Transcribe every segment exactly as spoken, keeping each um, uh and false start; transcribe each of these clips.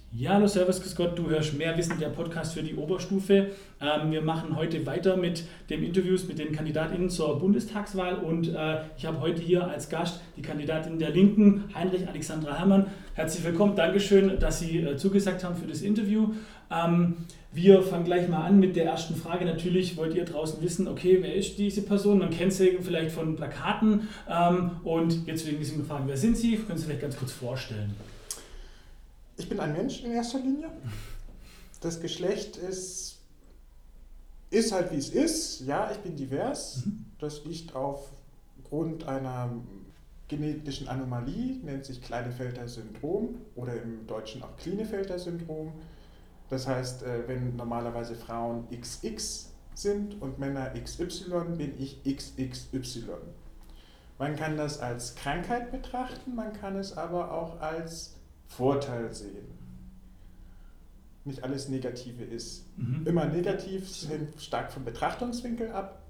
Ja, hallo, servus, grüß Gott, du hörst mehr Wissen, der Podcast für die Oberstufe. Ähm, wir machen heute weiter mit den Interviews mit den KandidatInnen zur Bundestagswahl und äh, ich habe heute hier als Gast die Kandidatin der Linken, Heinrich Alexandra Herrmann. Herzlich willkommen, Dankeschön, dass Sie äh, zugesagt haben für das Interview. Ähm, wir fangen gleich mal an mit der ersten Frage. Natürlich wollt ihr draußen wissen, okay, wer ist diese Person? Man kennt sie vielleicht von Plakaten ähm, und jetzt wegen diesen Fragen, wer sind Sie? Können Sie vielleicht ganz kurz vorstellen? Ich bin ein Mensch in erster Linie. Das Geschlecht ist, ist halt wie es ist. Ja, ich bin divers. Das liegt aufgrund einer genetischen Anomalie, nennt sich Klinefelter-Syndrom oder im Deutschen auch Klinefelter-Syndrom. Das heißt, wenn normalerweise Frauen X X sind und Männer X Y, bin ich X X Y. Man kann das als Krankheit betrachten, man kann es aber auch als Vorteil sehen. Nicht alles Negative ist mhm. immer negativ, es hängt stark vom Betrachtungswinkel ab.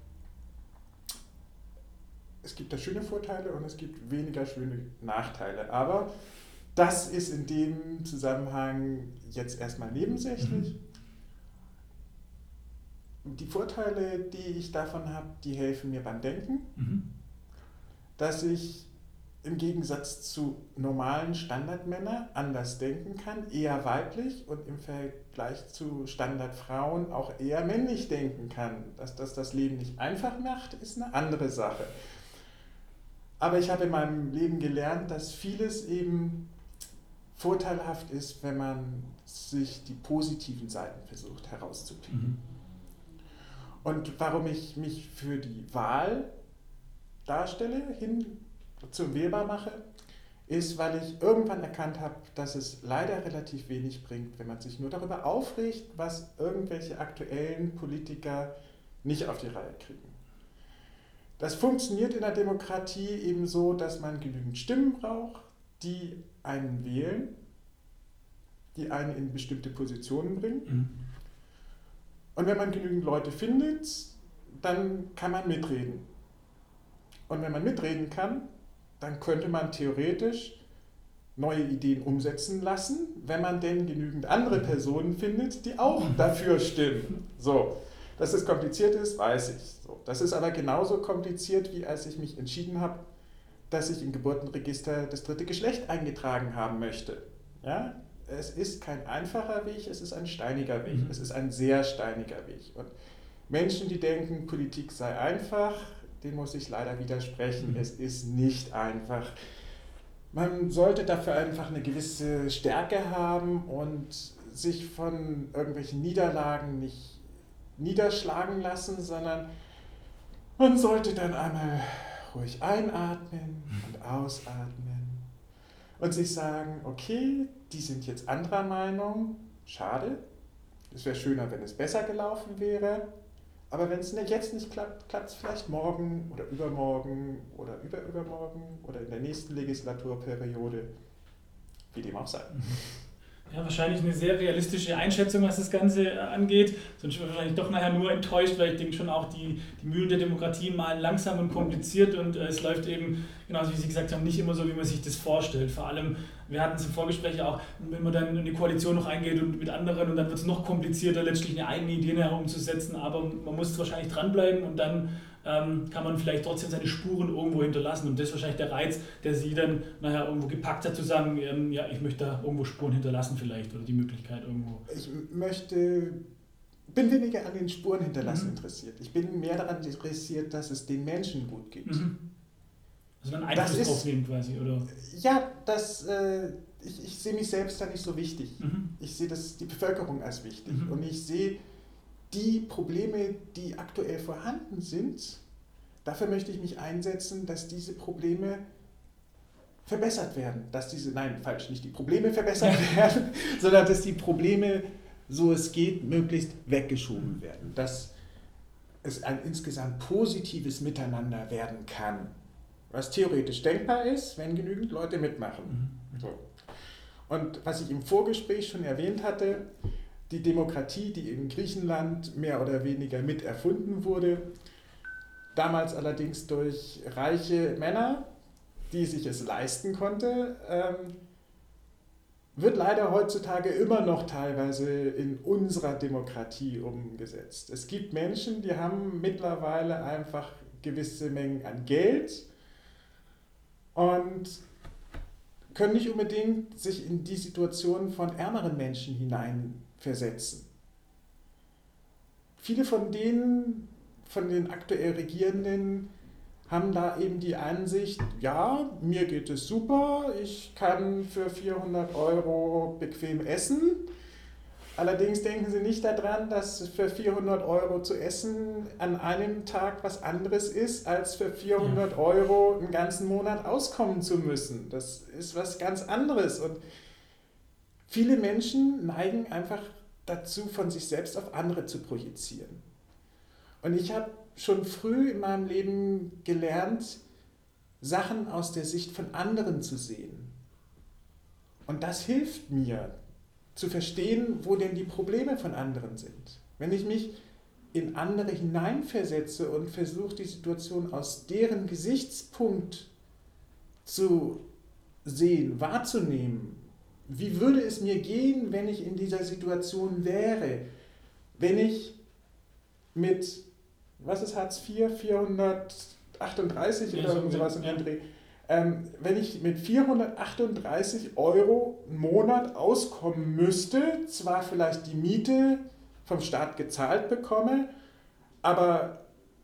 Es gibt da schöne Vorteile und es gibt weniger schöne Nachteile, aber das ist in dem Zusammenhang jetzt erstmal nebensächlich. Mhm. Die Vorteile, die ich davon habe, die helfen mir beim Denken, mhm. dass ich im Gegensatz zu normalen Standardmännern anders denken kann, eher weiblich und im Vergleich zu Standardfrauen auch eher männlich denken kann. Dass das das Leben nicht einfach macht, ist eine andere Sache. Aber ich habe in meinem Leben gelernt, dass vieles eben vorteilhaft ist, wenn man sich die positiven Seiten versucht herauszupicken. Mhm. Und warum ich mich für die Wahl darstelle, hin zum wählbar mache, ist, weil ich irgendwann erkannt habe, dass es leider relativ wenig bringt, wenn man sich nur darüber aufregt, was irgendwelche aktuellen Politiker nicht auf die Reihe kriegen. Das funktioniert in der Demokratie eben so, dass man genügend Stimmen braucht, die einen wählen, die einen in bestimmte Positionen bringen. Mhm. Und wenn man genügend Leute findet, dann kann man mitreden. Und wenn man mitreden kann, dann könnte man theoretisch neue Ideen umsetzen lassen, wenn man denn genügend andere Personen findet, die auch dafür stimmen. So, dass es kompliziert ist, weiß ich. So, das ist aber genauso kompliziert, wie als ich mich entschieden habe, dass ich im Geburtenregister das dritte Geschlecht eingetragen haben möchte. Ja? Es ist kein einfacher Weg, es ist ein steiniger Weg. Es ist ein sehr steiniger Weg. Und Menschen, die denken, Politik sei einfach, dem muss ich leider widersprechen. Es ist nicht einfach. Man sollte dafür einfach eine gewisse Stärke haben und sich von irgendwelchen Niederlagen nicht niederschlagen lassen, sondern man sollte dann einmal ruhig einatmen und ausatmen und sich sagen, okay, die sind jetzt anderer Meinung, schade, es wäre schöner, wenn es besser gelaufen wäre. Aber wenn es jetzt nicht klappt, klappt es vielleicht morgen oder übermorgen oder überübermorgen oder in der nächsten Legislaturperiode, wie dem auch sei. Ja, wahrscheinlich eine sehr realistische Einschätzung, was das Ganze angeht. Sonst bin ich wahrscheinlich doch nachher nur enttäuscht, weil ich denke schon auch, die, die Mühlen der Demokratie malen langsam und kompliziert und äh, es läuft eben, genauso wie Sie gesagt haben, nicht immer so, wie man sich das vorstellt. Vor allem, wir hatten es im Vorgespräch auch, wenn man dann in die Koalition noch eingeht und mit anderen und dann wird es noch komplizierter, letztlich eine eigene Idee nachher umzusetzen, aber man muss wahrscheinlich dranbleiben und dann ähm, kann man vielleicht trotzdem seine Spuren irgendwo hinterlassen und das ist wahrscheinlich der Reiz, der Sie dann nachher irgendwo gepackt hat, zu sagen, ähm, ja, ich möchte da irgendwo Spuren hinterlassen vielleicht oder die Möglichkeit irgendwo. Ich möchte, bin weniger an den Spuren hinterlassen mhm. interessiert. Ich bin mehr daran interessiert, dass es den Menschen gut geht. Mhm. Also dann Einfluss drauf nehmen quasi, oder? Ja, das, äh, ich, ich sehe mich selbst da nicht so wichtig. Mhm. Ich sehe das, die Bevölkerung als wichtig. Mhm. Und ich sehe die Probleme, die aktuell vorhanden sind, dafür möchte ich mich einsetzen, dass diese Probleme verbessert werden. Dass diese, nein, falsch, nicht die Probleme verbessert werden, sondern dass die Probleme, so es geht, möglichst weggeschoben werden. Dass es ein insgesamt positives Miteinander werden kann. Was theoretisch denkbar ist, wenn genügend Leute mitmachen. Mhm. So. Und was ich im Vorgespräch schon erwähnt hatte, die Demokratie, die in Griechenland mehr oder weniger mit erfunden wurde, damals allerdings durch reiche Männer, die sich es leisten konnte, ähm, wird leider heutzutage immer noch teilweise in unserer Demokratie umgesetzt. Es gibt Menschen, die haben mittlerweile einfach gewisse Mengen an Geld und können nicht unbedingt sich in die Situation von ärmeren Menschen hineinversetzen. Viele von denen, von den aktuell Regierenden, haben da eben die Ansicht, ja, mir geht es super, ich kann für vierhundert Euro bequem essen. Allerdings denken sie nicht daran, dass für vierhundert Euro zu essen an einem Tag was anderes ist, als für vierhundert Euro einen ganzen Monat auskommen zu müssen. Das ist was ganz anderes. Und viele Menschen neigen einfach dazu, von sich selbst auf andere zu projizieren. Und ich habe schon früh in meinem Leben gelernt, Sachen aus der Sicht von anderen zu sehen. Und das hilft mir, zu verstehen, wo denn die Probleme von anderen sind. Wenn ich mich in andere hineinversetze und versuche, die Situation aus deren Gesichtspunkt zu sehen, wahrzunehmen, wie würde es mir gehen, wenn ich in dieser Situation wäre, wenn ich mit, was ist Hartz vier, vierhundertachtunddreißig oder irgend sowas in dem Dreh, ähm, wenn ich mit vierhundertachtunddreißig Euro im Monat auskommen müsste, zwar vielleicht die Miete vom Staat gezahlt bekomme, aber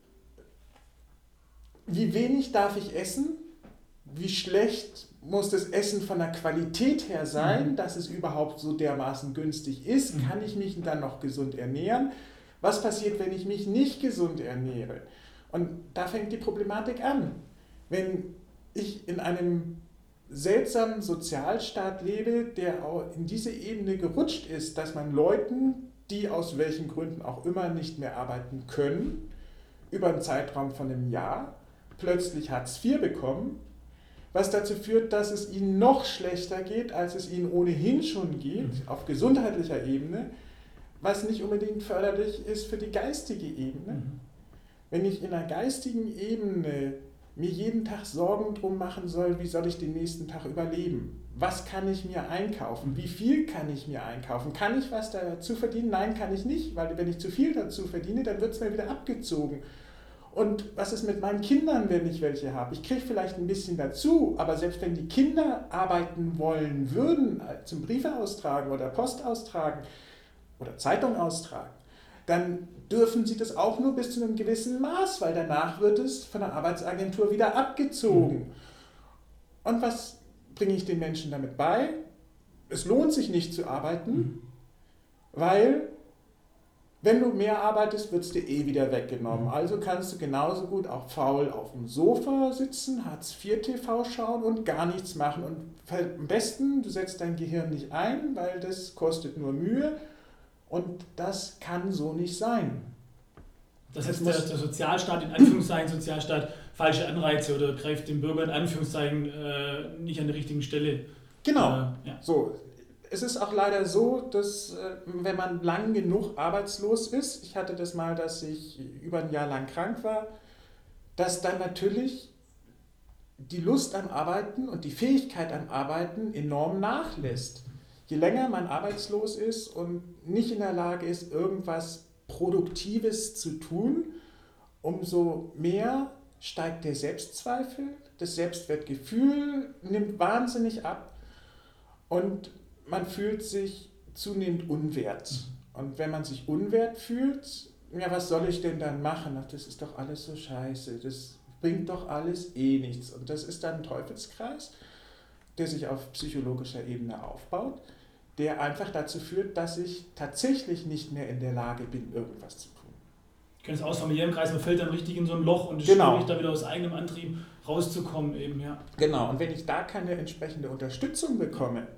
wie wenig darf ich essen? Wie schlecht muss das Essen von der Qualität her sein, mhm. dass es überhaupt so dermaßen günstig ist? Mhm. Kann ich mich dann noch gesund ernähren? Was passiert, wenn ich mich nicht gesund ernähre? Und da fängt die Problematik an. Wenn ich in einem seltsamen Sozialstaat lebe, der auch in diese Ebene gerutscht ist, dass man Leuten, die aus welchen Gründen auch immer nicht mehr arbeiten können, über einen Zeitraum von einem Jahr plötzlich Hartz vier bekommen, was dazu führt, dass es ihnen noch schlechter geht, als es ihnen ohnehin schon geht, auf gesundheitlicher Ebene, was nicht unbedingt förderlich ist für die geistige Ebene. Mhm. Wenn ich in einer geistigen Ebene mir jeden Tag Sorgen drum machen soll, wie soll ich den nächsten Tag überleben? Was kann ich mir einkaufen? Wie viel kann ich mir einkaufen? Kann ich was dazu verdienen? Nein, kann ich nicht, weil wenn ich zu viel dazu verdiene, dann wird es mir wieder abgezogen. Und was ist mit meinen Kindern, wenn ich welche habe? Ich kriege vielleicht ein bisschen dazu, aber selbst wenn die Kinder arbeiten wollen würden, zum Briefe austragen oder Post austragen oder Zeitung austragen, dann dürfen sie das auch nur bis zu einem gewissen Maß, weil danach wird es von der Arbeitsagentur wieder abgezogen. Und was bringe ich den Menschen damit bei? Es lohnt sich nicht zu arbeiten, weil wenn du mehr arbeitest, wird es dir eh wieder weggenommen. Also kannst du genauso gut auch faul auf dem Sofa sitzen, Hartz vier T V schauen und gar nichts machen. Und am besten, du setzt dein Gehirn nicht ein, weil das kostet nur Mühe. Und das kann so nicht sein. Das heißt, der, der Sozialstaat, in Anführungszeichen Sozialstaat, falsche Anreize oder greift dem Bürger in Anführungszeichen äh, nicht an der richtigen Stelle. Genau. Äh, ja. So. Es ist auch leider so, dass äh, wenn man lang genug arbeitslos ist, ich hatte das mal, dass ich über ein Jahr lang krank war, dass dann natürlich die Lust am Arbeiten und die Fähigkeit am Arbeiten enorm nachlässt. Je länger man arbeitslos ist und nicht in der Lage ist, irgendwas Produktives zu tun, umso mehr steigt der Selbstzweifel, das Selbstwertgefühl nimmt wahnsinnig ab und man fühlt sich zunehmend unwert. Und wenn man sich unwert fühlt, ja, was soll ich denn dann machen? Ach, das ist doch alles so scheiße, das bringt doch alles eh nichts. Und das ist dann ein Teufelskreis, der sich auf psychologischer Ebene aufbaut, der einfach dazu führt, dass ich tatsächlich nicht mehr in der Lage bin, irgendwas zu tun. Ich kenne es aus familiären Kreis, man fällt dann richtig in so ein Loch und es genau. ist schwierig, da wieder aus eigenem Antrieb rauszukommen eben, ja. Genau, und wenn ich da keine entsprechende Unterstützung bekomme,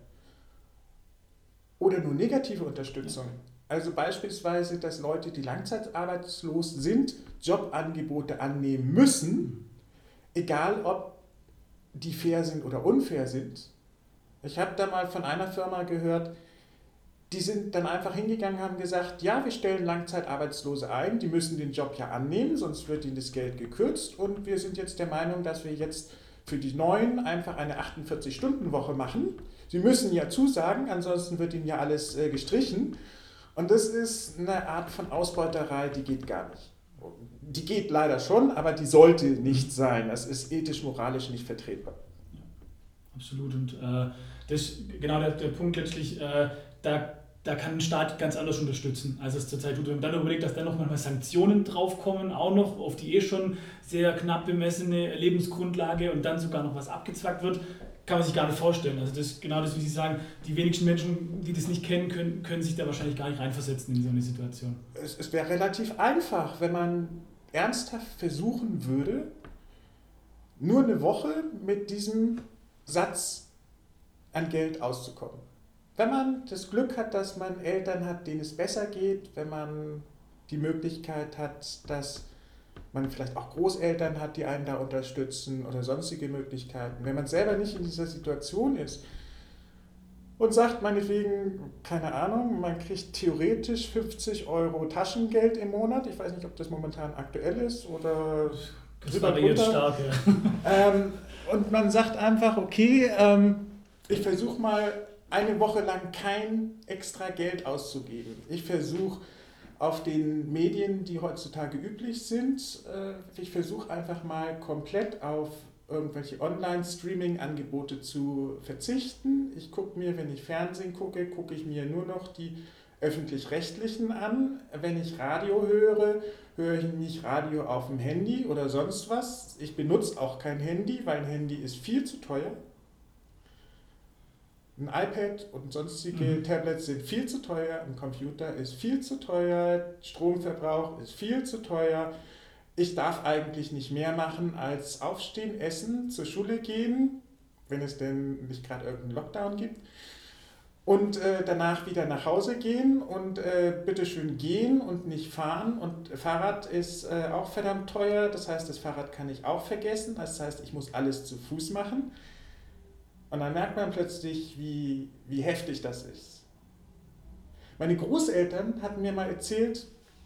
oder nur negative Unterstützung, ja. Also beispielsweise, dass Leute, die langzeitarbeitslos sind, Jobangebote annehmen müssen, egal ob die fair sind oder unfair sind. Ich habe da mal von einer Firma gehört, die sind dann einfach hingegangen und haben gesagt, ja, wir stellen Langzeitarbeitslose ein, die müssen den Job ja annehmen, sonst wird ihnen das Geld gekürzt und wir sind jetzt der Meinung, dass wir jetzt für die Neuen einfach eine achtundvierzig-Stunden-Woche machen. Sie müssen ja zusagen, ansonsten wird ihnen ja alles äh, gestrichen. Und das ist eine Art von Ausbeuterei, die geht gar nicht. Die geht leider schon, aber die sollte nicht sein. Das ist ethisch, moralisch nicht vertretbar. Ja, absolut. Und äh, das ist genau der, der Punkt letztlich, äh, da, da kann ein Staat ganz anders unterstützen, als es zurzeit tut. Und dann überlegt, dass dann noch manchmal Sanktionen draufkommen, auch noch auf die eh schon sehr knapp bemessene Lebensgrundlage und dann sogar noch was abgezwackt wird, kann man sich gar nicht vorstellen. Also das genau das, wie Sie sagen, die wenigsten Menschen, die das nicht kennen, können, können sich da wahrscheinlich gar nicht reinversetzen in so eine Situation. Es, es wäre relativ einfach, wenn man ernsthaft versuchen würde, nur eine Woche mit diesem Satz an Geld auszukommen. Wenn man das Glück hat, dass man Eltern hat, denen es besser geht, wenn man die Möglichkeit hat, dass man vielleicht auch Großeltern hat, die einen da unterstützen oder sonstige Möglichkeiten. Wenn man selber nicht in dieser Situation ist und sagt meinetwegen, keine Ahnung, man kriegt theoretisch fünfzig Euro Taschengeld im Monat, ich weiß nicht, ob das momentan aktuell ist oder das variiert stark, ja. ähm, und man sagt einfach, okay, ähm, ich versuche mal eine Woche lang kein extra Geld auszugeben. Ich versuche auf den Medien, die heutzutage üblich sind, äh, ich versuche einfach mal komplett auf irgendwelche Online-Streaming-Angebote zu verzichten. Ich gucke mir, wenn ich Fernsehen gucke, gucke ich mir nur noch die öffentlich-rechtlichen an. Wenn ich Radio höre, höre ich nicht Radio auf dem Handy oder sonst was. Ich benutze auch kein Handy, weil ein Handy ist viel zu teuer. Ein iPad und sonstige mhm. Tablets sind viel zu teuer, ein Computer ist viel zu teuer, Stromverbrauch ist viel zu teuer. Ich darf eigentlich nicht mehr machen als aufstehen, essen, zur Schule gehen, wenn es denn nicht gerade irgendeinen Lockdown gibt, und äh, danach wieder nach Hause gehen und äh, bitteschön gehen und nicht fahren. Und Fahrrad ist äh, auch verdammt teuer, das heißt, das Fahrrad kann ich auch vergessen, das heißt, ich muss alles zu Fuß machen. Und dann merkt man plötzlich, wie, wie heftig das ist. Meine Großeltern hatten mir mal erzählt,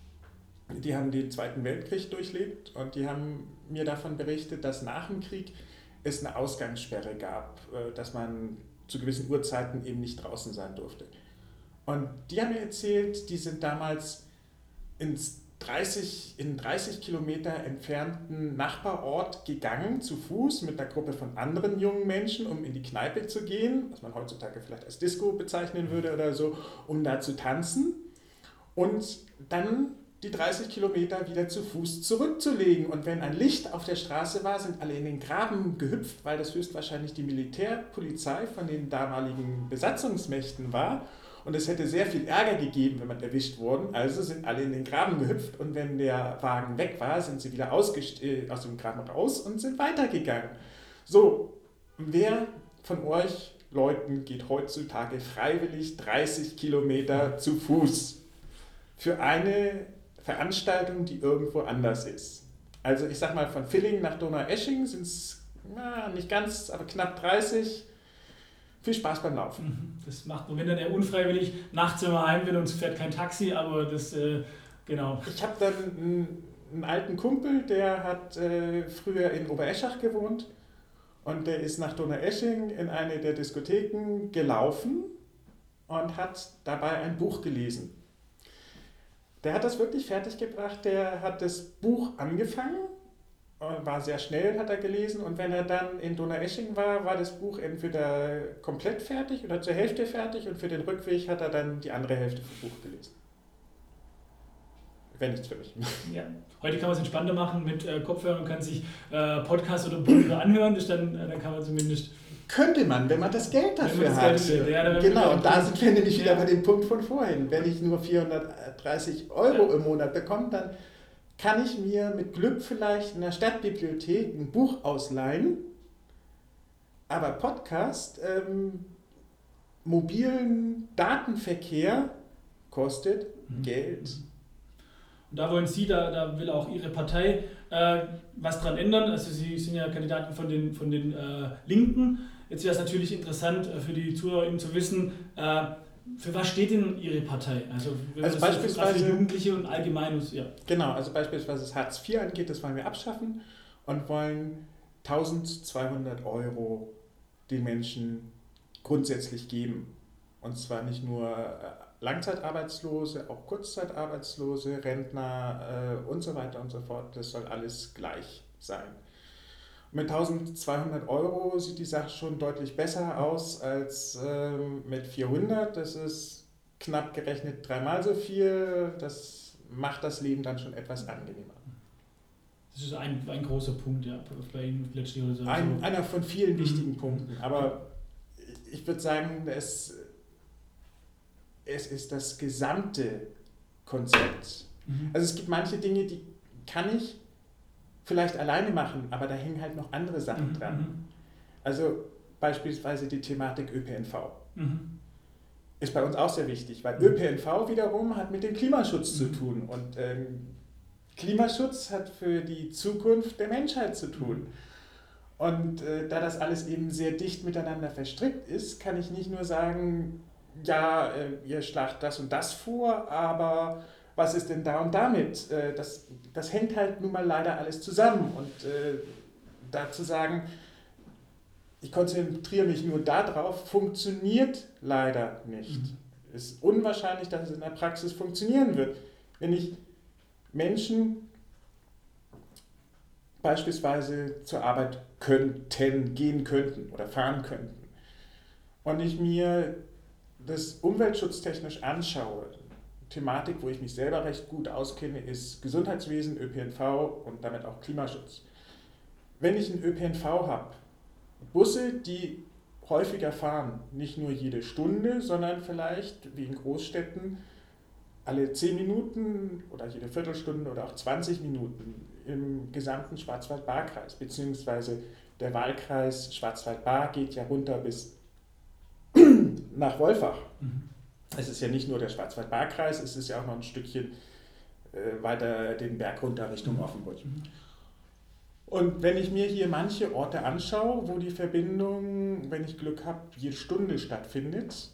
die haben den Zweiten Weltkrieg durchlebt und die haben mir davon berichtet, dass nach dem Krieg es eine Ausgangssperre gab, dass man zu gewissen Uhrzeiten eben nicht draußen sein durfte. Und die haben mir erzählt, die sind damals ins dreißig, in dreißig Kilometer entfernten Nachbarort gegangen, zu Fuß, mit einer Gruppe von anderen jungen Menschen, um in die Kneipe zu gehen, was man heutzutage vielleicht als Disco bezeichnen würde oder so, um da zu tanzen und dann die dreißig Kilometer wieder zu Fuß zurückzulegen. Und wenn ein Licht auf der Straße war, sind alle in den Graben gehüpft, weil das höchstwahrscheinlich die Militärpolizei von den damaligen Besatzungsmächten war. Und es hätte sehr viel Ärger gegeben, wenn man erwischt worden. Also sind alle in den Graben gehüpft und wenn der Wagen weg war, sind sie wieder ausgest- äh, aus dem Graben raus und sind weitergegangen. So, wer von euch Leuten geht heutzutage freiwillig dreißig Kilometer zu Fuß für eine Veranstaltung, die irgendwo anders ist? Also ich sag mal, von Villingen nach Donaueschingen sind es nicht ganz, aber knapp dreißig. Viel Spaß beim Laufen. Das macht man, wenn dann er unfreiwillig nachts immer heim will und es fährt kein Taxi, aber das, äh, genau. Ich habe dann einen, einen alten Kumpel, der hat äh, früher in Obereschach gewohnt und der ist nach Donaueschingen in eine der Diskotheken gelaufen und hat dabei ein Buch gelesen. Der hat das wirklich fertiggebracht, der hat das Buch angefangen, war sehr schnell, hat er gelesen, und wenn er dann in Donaueschingen war, war das Buch entweder komplett fertig oder zur Hälfte fertig und für den Rückweg hat er dann die andere Hälfte vom Buch gelesen. Wäre nichts für mich. Ja. Heute kann man es entspannter machen mit äh, Kopfhörern und kann sich äh, Podcasts oder Bücher anhören, das dann, äh, dann kann man zumindest... Könnte man, wenn man das Geld dafür das hat. Geld ja, genau, und da sind wir nämlich ja. wieder bei dem Punkt von vorhin. Wenn ich nur vierhundertdreißig Euro ja. im Monat bekomme, dann kann ich mir mit Glück vielleicht in der Stadtbibliothek ein Buch ausleihen, aber Podcast, ähm, mobilen Datenverkehr kostet mhm. Geld. Und da wollen Sie, da, da will auch Ihre Partei äh, was dran ändern. Also Sie sind ja Kandidaten von den, von den äh, Linken. Jetzt wäre es natürlich interessant äh, für die ZuhörerInnen zu wissen, äh, für was steht denn Ihre Partei? Also, also beispielsweise für Jugendliche und allgemein. Ja. Genau, also beispielsweise was Hartz vier angeht, das wollen wir abschaffen und wollen eintausendzweihundert Euro den Menschen grundsätzlich geben. Und zwar nicht nur Langzeitarbeitslose, auch Kurzzeitarbeitslose, Rentner äh, und so weiter und so fort. Das soll alles gleich sein. Und mit eintausendzweihundert Euro sieht die Sache schon deutlich besser aus als äh, mit vierhundert. Das ist knapp gerechnet dreimal so viel. Das macht das Leben dann schon etwas angenehmer. Das ist ein, ein großer Punkt, ja, bei Ihnen letztlich oder so. Ein, einer von vielen wichtigen Punkten. Aber ich würde sagen, es, es ist das gesamte Konzept. Mhm. Also es gibt manche Dinge, die kann ich vielleicht alleine machen, aber da hängen halt noch andere Sachen mhm. dran. Also beispielsweise die Thematik Ö P N V. Mhm. Ist bei uns auch sehr wichtig, weil Ö P N V wiederum hat mit dem Klimaschutz mhm. zu tun. Und ähm, Klimaschutz hat für die Zukunft der Menschheit zu tun. Und äh, da das alles eben sehr dicht miteinander verstrickt ist, kann ich nicht nur sagen, ja, äh, ihr schlagt das und das vor, aber was ist denn da und damit? Äh, das, das hängt halt nun mal leider alles zusammen. Und äh, da zu sagen, ich konzentriere mich nur darauf, funktioniert leider nicht. Mhm. Es ist unwahrscheinlich, dass es in der Praxis funktionieren wird. Wenn ich Menschen beispielsweise zur Arbeit könnten, gehen könnten oder fahren könnten und ich mir das umweltschutztechnisch anschaue, Thematik, wo ich mich selber recht gut auskenne, ist Gesundheitswesen, Ö P N V und damit auch Klimaschutz. Wenn ich einen Ö P N V habe, Busse, die häufiger fahren, nicht nur jede Stunde, sondern vielleicht wie in Großstädten alle zehn Minuten oder jede Viertelstunde oder auch zwanzig Minuten im gesamten Schwarzwald-Baar-Kreis, beziehungsweise der Wahlkreis Schwarzwald-Baar geht ja runter bis nach Wolfach. Mhm. Es ist ja nicht nur der Schwarzwald-Baar-Kreis, es ist ja auch noch ein Stückchen äh, weiter den Berg runter Richtung Offenburg. Mhm. Und wenn ich mir hier manche Orte anschaue, wo die Verbindung, wenn ich Glück habe, jede Stunde stattfindet,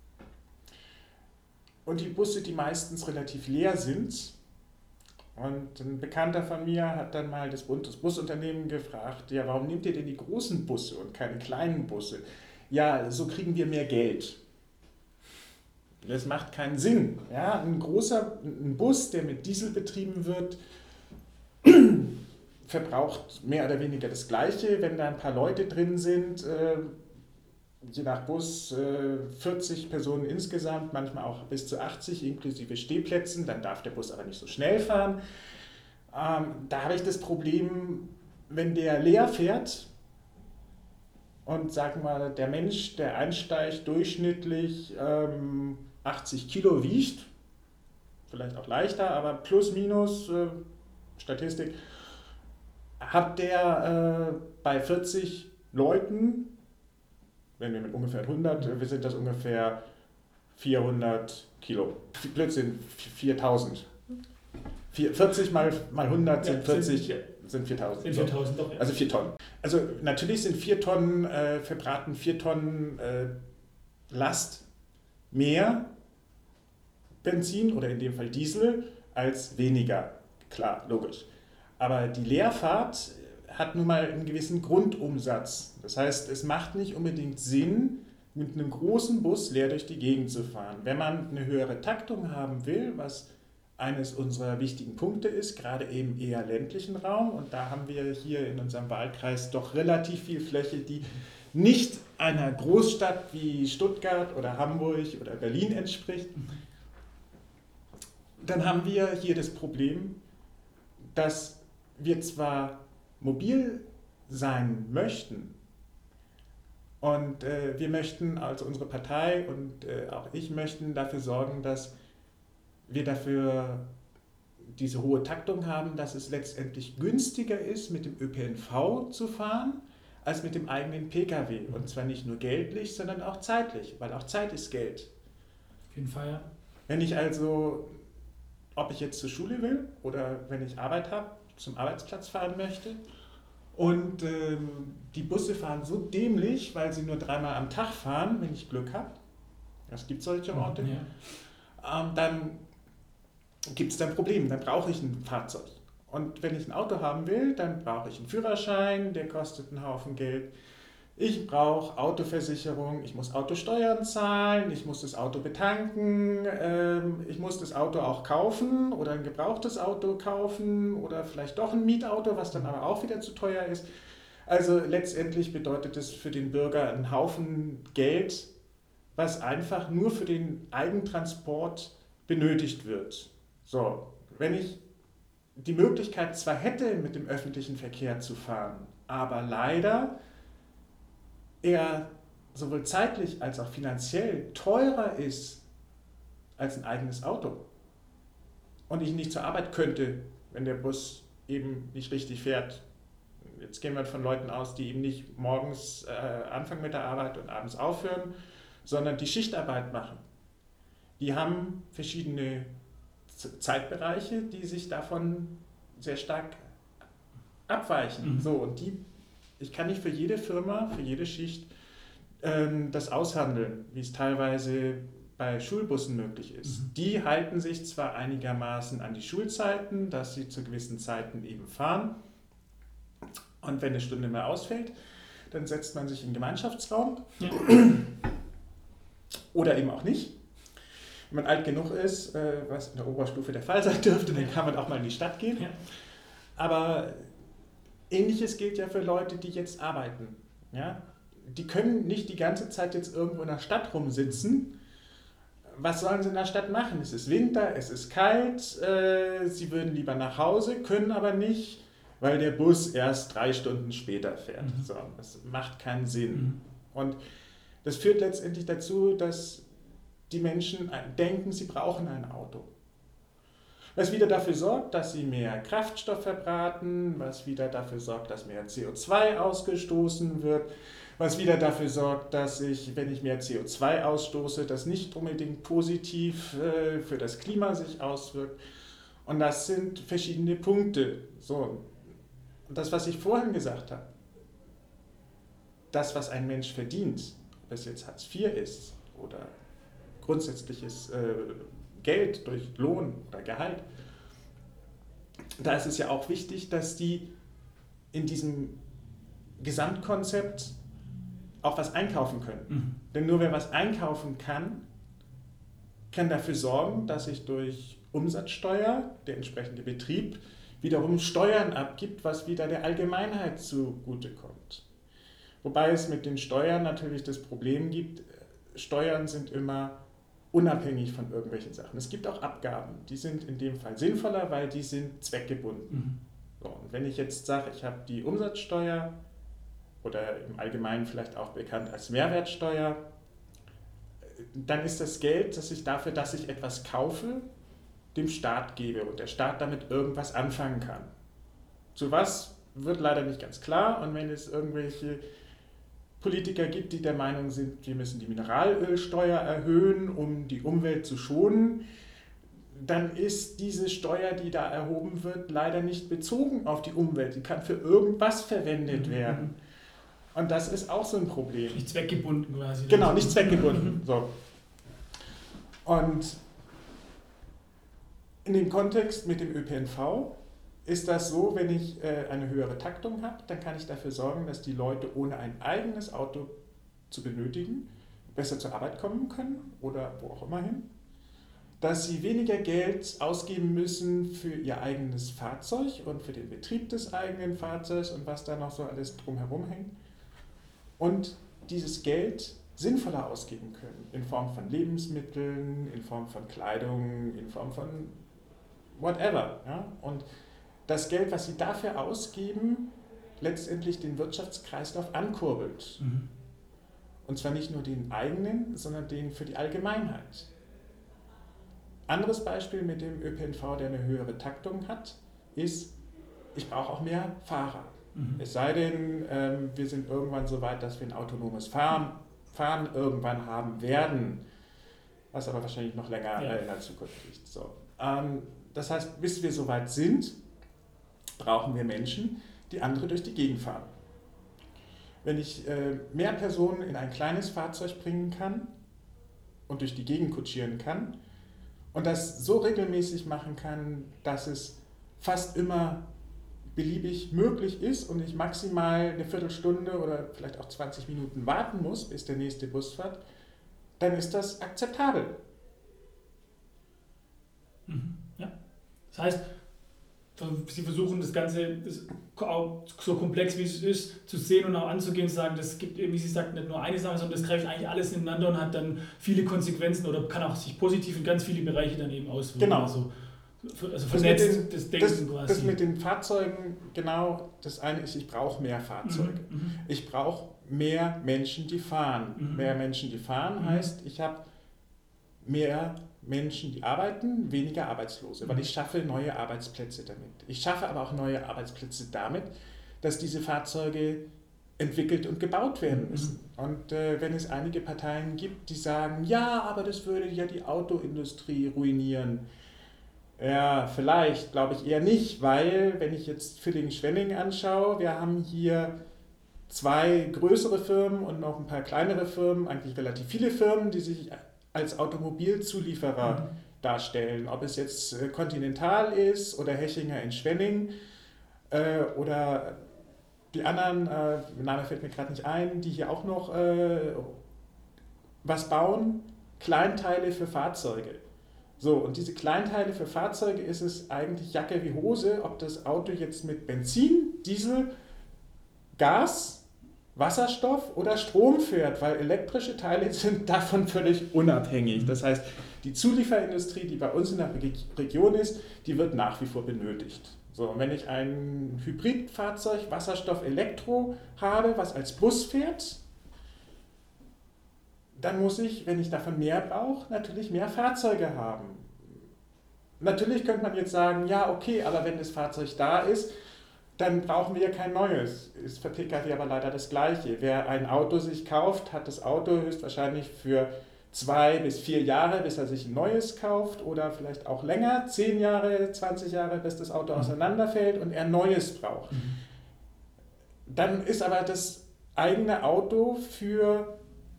und die Busse, die meistens relativ leer sind. Und ein Bekannter von mir hat dann mal das Bundesunternehmen gefragt, ja, warum nehmt ihr denn die großen Busse und keine kleinen Busse? Ja, so kriegen wir mehr Geld. Das macht keinen Sinn. Ja, ein großer ein Bus, der mit Diesel betrieben wird, verbraucht mehr oder weniger das Gleiche. Wenn da ein paar Leute drin sind, äh, je nach Bus äh, vierzig Personen insgesamt, manchmal auch bis zu achtzig inklusive Stehplätzen, dann darf der Bus aber nicht so schnell fahren. Ähm, da habe ich das Problem, wenn der leer fährt und sagen wir mal, der Mensch, der einsteigt, durchschnittlich ähm, achtzig Kilo wiegt, vielleicht auch leichter, aber plus minus äh, Statistik, hat der äh, bei vierzig Leuten, wenn wir mit ungefähr hundert, wir sind das ungefähr vierhundert Kilo. Blödsinn, viertausend. vierzig mal, mal hundert sind vierzig, ja, sind, sind viertausend. Sind viertausend, doch, ja. Also vier Tonnen. Also natürlich sind vier Tonnen äh, verbraten, vier Tonnen äh, Last mehr Benzin oder in dem Fall Diesel als weniger. Klar, logisch. Aber die Leerfahrt hat nun mal einen gewissen Grundumsatz. Das heißt, es macht nicht unbedingt Sinn, mit einem großen Bus leer durch die Gegend zu fahren. Wenn man eine höhere Taktung haben will, was eines unserer wichtigen Punkte ist, gerade eben eher ländlichen Raum, und da haben wir hier in unserem Wahlkreis doch relativ viel Fläche, die nicht einer Großstadt wie Stuttgart oder Hamburg oder Berlin entspricht, dann haben wir hier das Problem, dass wir zwar mobil sein möchten und äh, wir möchten, also unsere Partei und äh, auch ich möchten dafür sorgen, dass wir dafür diese hohe Taktung haben, dass es letztendlich günstiger ist, mit dem Ö P N V zu fahren, als mit dem eigenen Pkw. Und zwar nicht nur geldlich, sondern auch zeitlich, weil auch Zeit ist Geld. Auf jeden Fall, ja. Wenn ich also, ob ich jetzt zur Schule will oder wenn ich Arbeit habe, zum Arbeitsplatz fahren möchte und ähm, die Busse fahren so dämlich, weil sie nur dreimal am Tag fahren, wenn ich Glück habe, es gibt solche Orte, ja. ähm, dann gibt es da ein Problem, dann brauche ich ein Fahrzeug. Und wenn ich ein Auto haben will, dann brauche ich einen Führerschein, der kostet einen Haufen Geld. Ich brauche Autoversicherung, ich muss Autosteuern zahlen, ich muss das Auto betanken, ähm, ich muss das Auto auch kaufen oder ein gebrauchtes Auto kaufen oder vielleicht doch ein Mietauto, was dann aber auch wieder zu teuer ist. Also letztendlich bedeutet es für den Bürger einen Haufen Geld, was einfach nur für den Eigentransport benötigt wird. So, wenn ich die Möglichkeit zwar hätte, mit dem öffentlichen Verkehr zu fahren, aber leider er sowohl zeitlich als auch finanziell teurer ist als ein eigenes Auto und ich nicht zur Arbeit könnte, wenn der Bus eben nicht richtig fährt. Jetzt gehen wir von Leuten aus, die eben nicht morgens äh, anfangen mit der Arbeit und abends aufhören, sondern die Schichtarbeit machen. Die haben verschiedene Z- Zeitbereiche, die sich davon sehr stark abweichen. Mhm. So, und die Ich kann nicht für jede Firma, für jede Schicht ähm, das aushandeln, wie es teilweise bei Schulbussen möglich ist. Mhm. Die halten sich zwar einigermaßen an die Schulzeiten, dass sie zu gewissen Zeiten eben fahren. Und wenn eine Stunde mehr ausfällt, dann setzt man sich in den Gemeinschaftsraum. Ja. Oder eben auch nicht. Wenn man alt genug ist, äh, was in der Oberstufe der Fall sein dürfte, dann kann man auch mal in die Stadt gehen. Ja. Aber Ähnliches gilt ja für Leute, die jetzt arbeiten. Ja? Die können nicht die ganze Zeit jetzt irgendwo in der Stadt rumsitzen. Was sollen sie in der Stadt machen? Es ist Winter, es ist kalt, äh, sie würden lieber nach Hause, können aber nicht, weil der Bus erst drei Stunden später fährt. Mhm. So, das macht keinen Sinn. Mhm. Und das führt letztendlich dazu, dass die Menschen denken, sie brauchen ein Auto. Was wieder dafür sorgt, dass sie mehr Kraftstoff verbraten, was wieder dafür sorgt, dass mehr C O zwei ausgestoßen wird, was wieder dafür sorgt, dass ich, wenn ich mehr C O zwei ausstoße, das nicht unbedingt positiv äh, für das Klima sich auswirkt. Und das sind verschiedene Punkte. So, und das, was ich vorhin gesagt habe, das, was ein Mensch verdient, ob es jetzt Hartz vier ist oder grundsätzliches äh, Geld durch Lohn oder Gehalt, da ist es ja auch wichtig, dass die in diesem Gesamtkonzept auch was einkaufen können. Mhm. Denn nur wer was einkaufen kann, kann dafür sorgen, dass sich durch Umsatzsteuer der entsprechende Betrieb wiederum Steuern abgibt, was wieder der Allgemeinheit zugutekommt. Wobei es mit den Steuern natürlich das Problem gibt, Steuern sind immer unabhängig von irgendwelchen Sachen. Es gibt auch Abgaben, die sind in dem Fall sinnvoller, weil die sind zweckgebunden. Mhm. So, und wenn ich jetzt sage, ich habe die Umsatzsteuer oder im Allgemeinen vielleicht auch bekannt als Mehrwertsteuer, dann ist das Geld, das ich dafür, dass ich etwas kaufe, dem Staat gebe und der Staat damit irgendwas anfangen kann. Zu was wird leider nicht ganz klar, und wenn es irgendwelche Politiker gibt, die der Meinung sind, wir müssen die Mineralölsteuer erhöhen, um die Umwelt zu schonen, dann ist diese Steuer, die da erhoben wird, leider nicht bezogen auf die Umwelt. Die kann für irgendwas verwendet Mhm. werden. Und das ist auch so ein Problem. Nicht zweckgebunden quasi. Genau, nicht zweckgebunden. So. Und in dem Kontext mit dem Ö P N V ist das so, wenn ich äh, eine höhere Taktung habe, dann kann ich dafür sorgen, dass die Leute ohne ein eigenes Auto zu benötigen besser zur Arbeit kommen können oder wo auch immer hin. Dass sie weniger Geld ausgeben müssen für ihr eigenes Fahrzeug und für den Betrieb des eigenen Fahrzeugs und was da noch so alles drumherum hängt. Und dieses Geld sinnvoller ausgeben können, in Form von Lebensmitteln, in Form von Kleidung, in Form von whatever. Ja? Und das Geld, was sie dafür ausgeben, letztendlich den Wirtschaftskreislauf ankurbelt. Mhm. Und zwar nicht nur den eigenen, sondern den für die Allgemeinheit. Anderes Beispiel mit dem Ö P N V, der eine höhere Taktung hat, ist, ich brauche auch mehr Fahrer. Mhm. Es sei denn, ähm, wir sind irgendwann so weit, dass wir ein autonomes Fahren, Fahren irgendwann haben werden, was aber wahrscheinlich noch länger Ja. in der Zukunft liegt. So. Ähm, das heißt, bis wir so weit sind, brauchen wir Menschen, die andere durch die Gegend fahren. Wenn ich äh, mehr Personen in ein kleines Fahrzeug bringen kann und durch die Gegend kutschieren kann und das so regelmäßig machen kann, dass es fast immer beliebig möglich ist und ich maximal eine Viertelstunde oder vielleicht auch zwanzig Minuten warten muss, bis der nächste Bus fährt, dann ist das akzeptabel. Ja. Das heißt, Sie versuchen das Ganze auch so komplex wie es ist zu sehen und auch anzugehen, zu sagen, das gibt, wie Sie sagten, nicht nur eine Sache, sondern das greift eigentlich alles ineinander und hat dann viele Konsequenzen oder kann auch sich positiv in ganz viele Bereiche dann eben auswirken. Genau. Also, also vernetzt das, den, das Denken das, quasi. Das mit den Fahrzeugen, genau, das eine ist, ich brauche mehr Fahrzeuge. Mhm. Ich brauche mehr Menschen, die fahren. Mhm. Mehr Menschen, die fahren, mhm. heißt, ich habe mehr Menschen, die arbeiten, weniger Arbeitslose, weil ich schaffe neue Arbeitsplätze damit. Ich schaffe aber auch neue Arbeitsplätze damit, dass diese Fahrzeuge entwickelt und gebaut werden müssen. Mhm. Und äh, wenn es einige Parteien gibt, die sagen, ja, aber das würde ja die Autoindustrie ruinieren. Ja, vielleicht, glaube ich eher nicht, weil, wenn ich jetzt Villingen-Schwenningen anschaue, wir haben hier zwei größere Firmen und noch ein paar kleinere Firmen, eigentlich relativ viele Firmen, die sich als Automobilzulieferer mhm. darstellen. Ob es jetzt äh, Continental ist oder Hechinger in Schwenningen äh, oder die anderen, äh, der Name fällt mir gerade nicht ein, die hier auch noch äh, was bauen, Kleinteile für Fahrzeuge. So, und diese Kleinteile für Fahrzeuge ist es eigentlich Jacke wie Hose, ob das Auto jetzt mit Benzin, Diesel, Gas, Wasserstoff oder Strom fährt, weil elektrische Teile sind davon völlig unabhängig. Das heißt, die Zulieferindustrie, die bei uns in der Region ist, die wird nach wie vor benötigt. So, und wenn ich ein Hybridfahrzeug Wasserstoff-Elektro habe, was als Bus fährt, dann muss ich, wenn ich davon mehr brauche, natürlich mehr Fahrzeuge haben. Natürlich könnte man jetzt sagen, ja okay, aber wenn das Fahrzeug da ist, dann brauchen wir kein neues. Ist für P K W aber leider das Gleiche. Wer ein Auto sich kauft, hat das Auto höchstwahrscheinlich für zwei bis vier Jahre, bis er sich ein neues kauft oder vielleicht auch länger, zehn Jahre, zwanzig Jahre, bis das Auto auseinanderfällt und er ein neues braucht. Mhm. Dann ist aber das eigene Auto für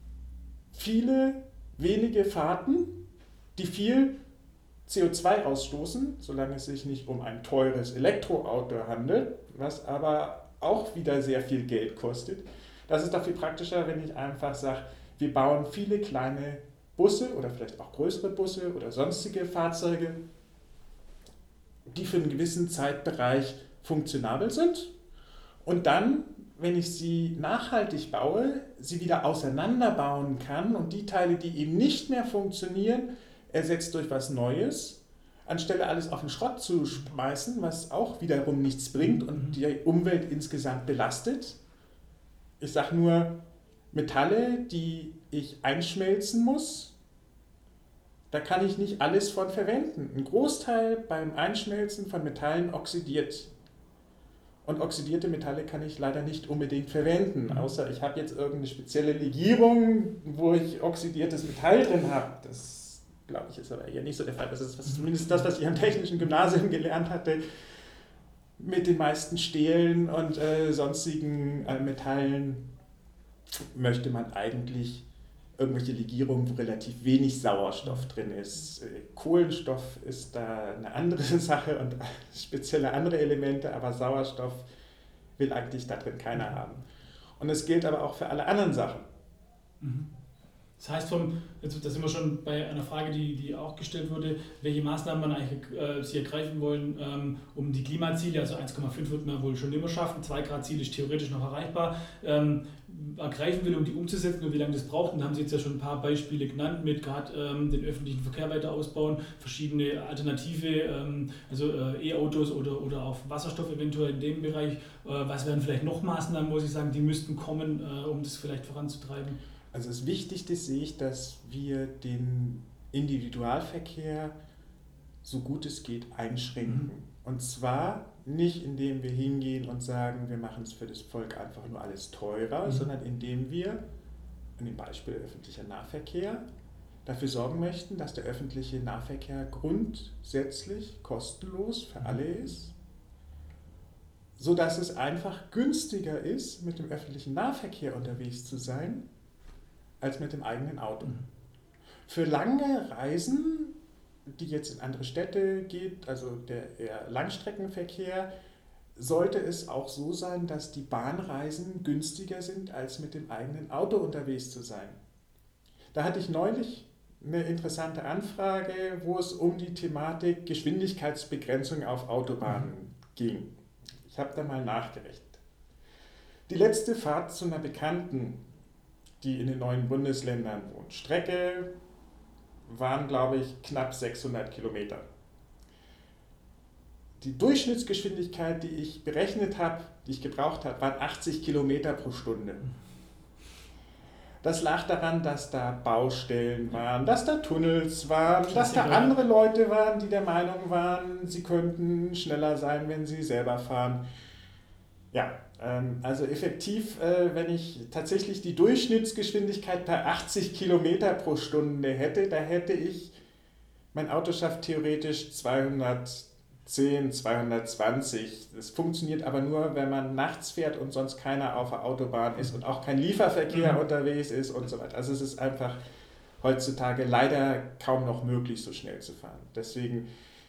viele wenige Fahrten, die viel C O zwei ausstoßen, solange es sich nicht um ein teures Elektroauto handelt, was aber auch wieder sehr viel Geld kostet. Das ist doch viel praktischer, wenn ich einfach sage, wir bauen viele kleine Busse oder vielleicht auch größere Busse oder sonstige Fahrzeuge, die für einen gewissen Zeitbereich funktionabel sind und dann, wenn ich sie nachhaltig baue, sie wieder auseinanderbauen kann und die Teile, die eben nicht mehr funktionieren, ersetzt durch was Neues, anstelle alles auf den Schrott zu schmeißen, was auch wiederum nichts bringt und die Umwelt insgesamt belastet. Ich sage nur, Metalle, die ich einschmelzen muss, da kann ich nicht alles von verwenden. Ein Großteil beim Einschmelzen von Metallen oxidiert. Und oxidierte Metalle kann ich leider nicht unbedingt verwenden, außer ich habe jetzt irgendeine spezielle Legierung, wo ich oxidiertes Metall drin habe. Das glaube ich, ist aber eher nicht so der Fall. Das ist was, zumindest das, was ich am Technischen Gymnasium gelernt hatte. Mit den meisten Stählen und äh, sonstigen äh, Metallen möchte man eigentlich irgendwelche Legierungen, wo relativ wenig Sauerstoff drin ist. Äh, Kohlenstoff ist da eine andere Sache und spezielle andere Elemente, aber Sauerstoff will eigentlich da drin keiner haben. Und es gilt aber auch für alle anderen Sachen. Mhm. Das heißt, vom, jetzt, da sind wir schon bei einer Frage, die, die auch gestellt wurde, welche Maßnahmen man eigentlich äh, Sie ergreifen wollen, ähm, um die Klimaziele, also eins Komma fünf wird man wohl schon immer schaffen, zwei Grad Ziel ist theoretisch noch erreichbar, ähm, ergreifen will, um die umzusetzen und wie lange das braucht. Und da haben Sie jetzt ja schon ein paar Beispiele genannt, mit gerade ähm, den öffentlichen Verkehr weiter ausbauen, verschiedene Alternative, ähm, also äh, E-Autos oder, oder auch Wasserstoff eventuell in dem Bereich. Äh, was wären vielleicht noch Maßnahmen, wo Sie sagen, die müssten kommen, äh, um das vielleicht voranzutreiben? Also das Wichtigste sehe ich, dass wir den Individualverkehr so gut es geht einschränken. Mhm. Und zwar nicht, indem wir hingehen und sagen, wir machen es für das Volk einfach nur alles teurer, mhm. sondern indem wir, in dem Beispiel öffentlicher Nahverkehr, dafür sorgen möchten, dass der öffentliche Nahverkehr grundsätzlich kostenlos für alle ist, sodass es einfach günstiger ist, mit dem öffentlichen Nahverkehr unterwegs zu sein, als mit dem eigenen Auto. Für lange Reisen, die jetzt in andere Städte geht, also der eher Langstreckenverkehr, sollte es auch so sein, dass die Bahnreisen günstiger sind, als mit dem eigenen Auto unterwegs zu sein. Da hatte ich neulich eine interessante Anfrage, wo es um die Thematik Geschwindigkeitsbegrenzung auf Autobahnen ging. Ich habe da mal nachgerechnet. Die letzte Fahrt zu einer Bekannten, die in den neuen Bundesländern wohnt, Strecke waren, glaube ich, knapp sechshundert Kilometer. Die Durchschnittsgeschwindigkeit, die ich berechnet habe, die ich gebraucht habe, waren achtzig Kilometer pro Stunde. Das lag daran, dass da Baustellen waren, dass da Tunnels waren, dass da andere Leute waren, die der Meinung waren, sie könnten schneller sein, wenn sie selber fahren. Ja, ähm, also effektiv, äh, wenn ich tatsächlich die Durchschnittsgeschwindigkeit bei achtzig Kilometer pro Stunde hätte, da hätte ich, mein Auto schafft theoretisch zweihundertzehn, zweihundertzwanzig. Das funktioniert aber nur, wenn man nachts fährt und sonst keiner auf der Autobahn ist und auch kein Lieferverkehr mhm. unterwegs ist und so weiter. Also es ist einfach heutzutage leider kaum noch möglich, so schnell zu fahren. Deswegen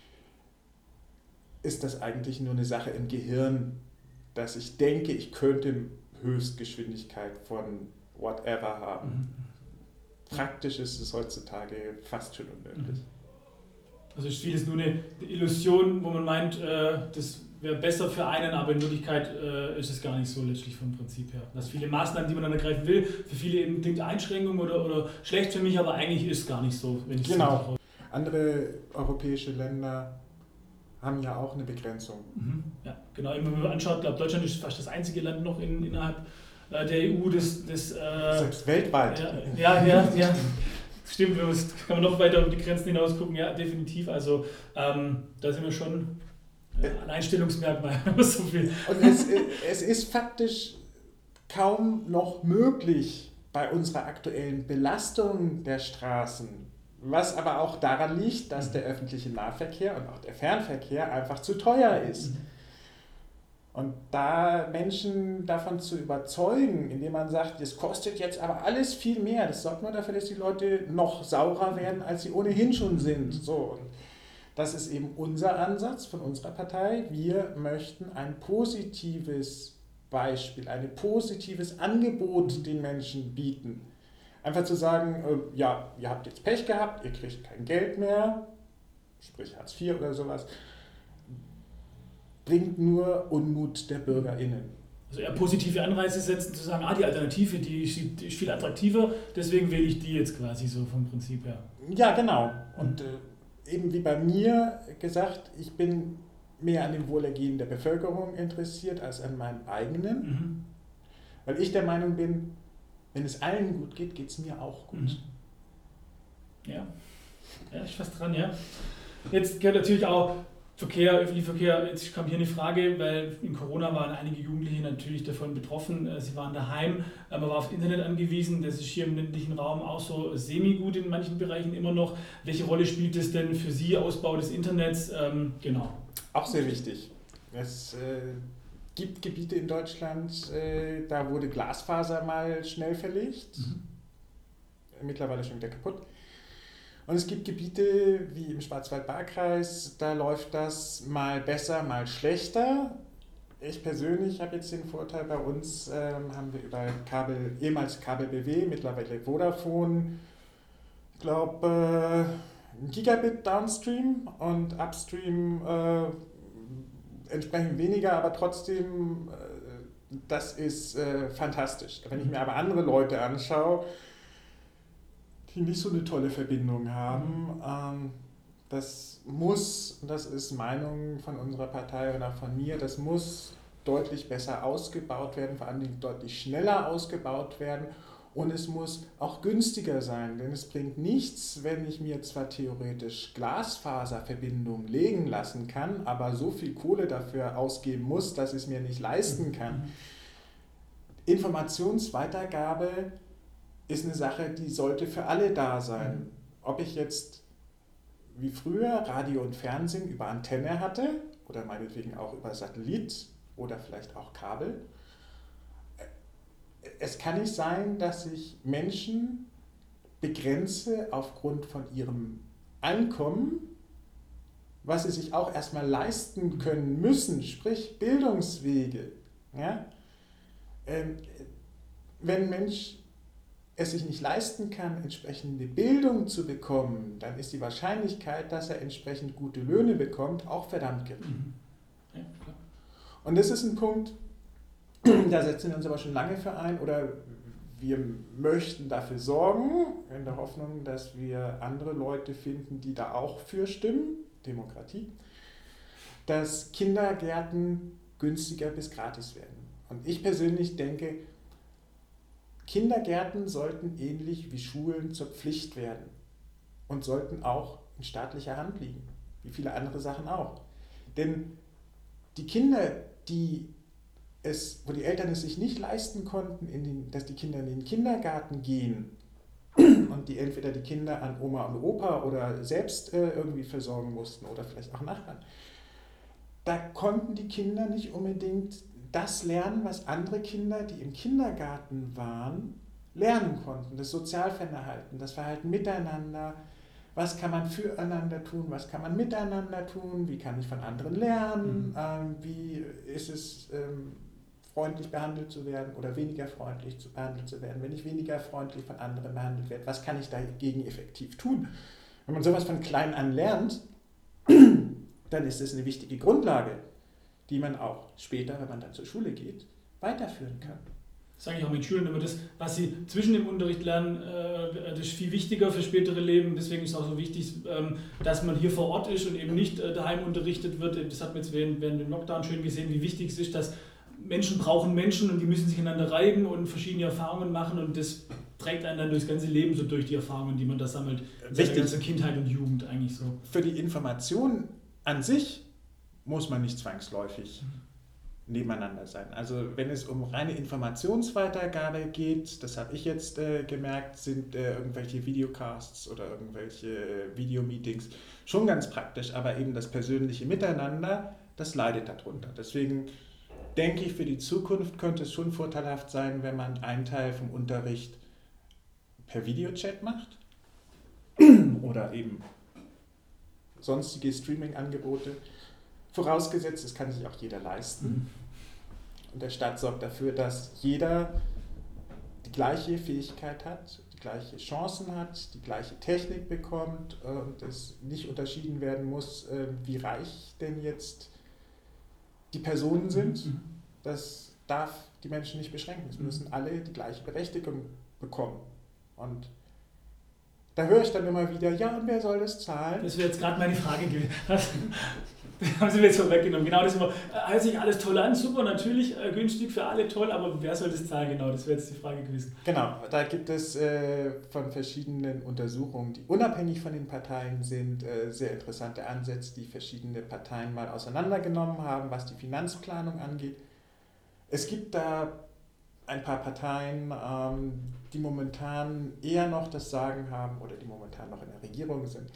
ist das eigentlich nur eine Sache im Gehirn, dass ich denke, ich könnte Höchstgeschwindigkeit von whatever haben. Mhm. Praktisch ist es heutzutage fast schon unmöglich. Also ist vieles nur eine Illusion, wo man meint, äh, das wäre besser für einen, aber in Wirklichkeit äh, ist es gar nicht so letztlich vom Prinzip her. Dass viele Maßnahmen, die man dann ergreifen will, für viele eben klingt Einschränkung oder, oder schlecht für mich, aber eigentlich ist es gar nicht so. Wenn ich genau. So andere europäische Länder haben ja auch eine Begrenzung. Mhm. Ja, genau. Wenn man anschaut, glaube Deutschland ist fast das einzige Land noch in, innerhalb äh, der E U, das... das äh, selbst weltweit. Ja, ja, ja. ja. Stimmt, kann man noch weiter über die Grenzen hinaus gucken, ja, definitiv. Also ähm, da sind wir schon äh, ein Einstellungsmerkmal. so viel. Und es, es ist faktisch kaum noch möglich bei unserer aktuellen Belastung der Straßen, was aber auch daran liegt, dass der öffentliche Nahverkehr und auch der Fernverkehr einfach zu teuer ist. Und da Menschen davon zu überzeugen, indem man sagt, das kostet jetzt aber alles viel mehr, das sorgt nur dafür, dass die Leute noch saurer werden, als sie ohnehin schon sind. So, und das ist eben unser Ansatz von unserer Partei. Wir möchten ein positives Beispiel, ein positives Angebot den Menschen bieten. Einfach zu sagen, äh, ja, ihr habt jetzt Pech gehabt, ihr kriegt kein Geld mehr, sprich Hartz vier oder sowas, bringt nur Unmut der BürgerInnen. Also eher positive Anreize setzen, zu sagen, ah, die Alternative, die ist, die ist viel attraktiver, deswegen wähle ich die jetzt quasi so vom Prinzip her. Ja, genau. Und äh, eben wie bei mir gesagt, ich bin mehr an dem Wohlergehen der Bevölkerung interessiert als an meinem eigenen, mhm. weil ich der Meinung bin, wenn es allen gut geht, geht es mir auch gut. Mhm. Ja, ja, ist fast dran, ja. Jetzt gehört natürlich auch Verkehr, öffentlicher Verkehr. Jetzt kam hier eine Frage, weil in Corona waren einige Jugendliche natürlich davon betroffen. Sie waren daheim, man war aufs Internet angewiesen. Das ist hier im ländlichen Raum auch so semi-gut in manchen Bereichen immer noch. Welche Rolle spielt es denn für Sie, Ausbau des Internets? Ähm, genau. Auch sehr wichtig. Es äh, gibt Gebiete in Deutschland, äh, da wurde Glasfaser mal schnell verlegt. Mhm. Mittlerweile schon wieder kaputt. Und es gibt Gebiete wie im Schwarzwald-Baar-Kreis, da läuft das mal besser, mal schlechter. Ich persönlich habe jetzt den Vorteil, bei uns ähm, haben wir über Kabel, ehemals Kabel B W, mittlerweile Vodafone, ich glaube äh, Gigabit Downstream und Upstream äh, entsprechend weniger, aber trotzdem, äh, das ist äh, fantastisch. Wenn ich mir aber andere Leute anschaue, die nicht so eine tolle Verbindung haben. Ähm, das muss, das ist Meinung von unserer Partei oder von mir, das muss deutlich besser ausgebaut werden, vor allem deutlich schneller ausgebaut werden und es muss auch günstiger sein, denn es bringt nichts, wenn ich mir zwar theoretisch Glasfaserverbindungen legen lassen kann, aber so viel Kohle dafür ausgeben muss, dass ich es mir nicht leisten kann. Informationsweitergabe ist eine Sache, die sollte für alle da sein. Ob ich jetzt wie früher Radio und Fernsehen über Antenne hatte oder meinetwegen auch über Satellit oder vielleicht auch Kabel. Es kann nicht sein, dass ich Menschen begrenze aufgrund von ihrem Einkommen was sie sich auch erstmal leisten können müssen, sprich Bildungswege. Ja? Ähm, wenn ein Mensch es sich nicht leisten kann, entsprechende Bildung zu bekommen, dann ist die Wahrscheinlichkeit, dass er entsprechend gute Löhne bekommt, auch verdammt gering. Ja, klar. Und das ist ein Punkt, da setzen wir uns aber schon lange für ein, oder wir möchten dafür sorgen, in der Hoffnung, dass wir andere Leute finden, die da auch für stimmen, Demokratie, dass Kindergärten günstiger bis gratis werden. Und ich persönlich denke, Kindergärten sollten ähnlich wie Schulen zur Pflicht werden und sollten auch in staatlicher Hand liegen, wie viele andere Sachen auch. Denn die Kinder, die es, wo die Eltern es sich nicht leisten konnten, in den, dass die Kinder in den Kindergarten gehen und die entweder die Kinder an Oma und Opa oder selbst äh, irgendwie versorgen mussten oder vielleicht auch Nachbarn, da konnten die Kinder nicht unbedingt das lernen, was andere Kinder, die im Kindergarten waren, lernen konnten. Das Sozialverhalten, das Verhalten miteinander, was kann man füreinander tun, was kann man miteinander tun, wie kann ich von anderen lernen, mhm. ähm, wie ist es, ähm, freundlich behandelt zu werden oder weniger freundlich zu behandelt zu werden. Wenn ich weniger freundlich von anderen behandelt werde, was kann ich dagegen effektiv tun? Wenn man sowas von klein an lernt, dann ist es eine wichtige Grundlage, die man auch später, wenn man dann zur Schule geht, weiterführen kann. Das sage ich auch mit Schülern immer, das, was sie zwischen dem Unterricht lernen, das ist viel wichtiger für spätere Leben. Deswegen ist es auch so wichtig, dass man hier vor Ort ist und eben nicht daheim unterrichtet wird. Das hat man jetzt während, während dem Lockdown schön gesehen, wie wichtig es ist, dass Menschen brauchen Menschen und die müssen sich ineinander reiben und verschiedene Erfahrungen machen, und das trägt einen dann durchs ganze Leben so durch, die Erfahrungen, die man da sammelt, in seiner ganzen Kindheit und Jugend eigentlich so. Für die Information an sich muss man nicht zwangsläufig nebeneinander sein. Also wenn es um reine Informationsweitergabe geht, das habe ich jetzt äh, gemerkt, sind äh, irgendwelche Videocasts oder irgendwelche äh, Videomeetings schon ganz praktisch, aber eben das persönliche Miteinander, das leidet darunter. Deswegen denke ich, für die Zukunft könnte es schon vorteilhaft sein, wenn man einen Teil vom Unterricht per Videochat macht oder eben sonstige Streaming-Angebote. Vorausgesetzt, es kann sich auch jeder leisten. Und der Staat sorgt dafür, dass jeder die gleiche Fähigkeit hat, die gleiche Chancen hat, die gleiche Technik bekommt und es nicht unterschieden werden muss, wie reich denn jetzt die Personen sind. Das darf die Menschen nicht beschränken. Es müssen alle die gleiche Berechtigung bekommen. Und da höre ich dann immer wieder, ja, und wer soll das zahlen? Das wäre jetzt gerade meine Frage gewesen. Haben Sie mir jetzt so weggenommen. Genau, das immer, hört sich alles toll an, super, natürlich, äh, günstig für alle, toll, aber wer soll das zahlen? Genau, das wäre jetzt die Frage gewesen. Genau, da gibt es äh, von verschiedenen Untersuchungen, die unabhängig von den Parteien sind, äh, sehr interessante Ansätze, die verschiedene Parteien mal auseinandergenommen haben, was die Finanzplanung angeht. Es gibt da ein paar Parteien, ähm, die momentan eher noch das Sagen haben oder die momentan noch in der Regierung sind.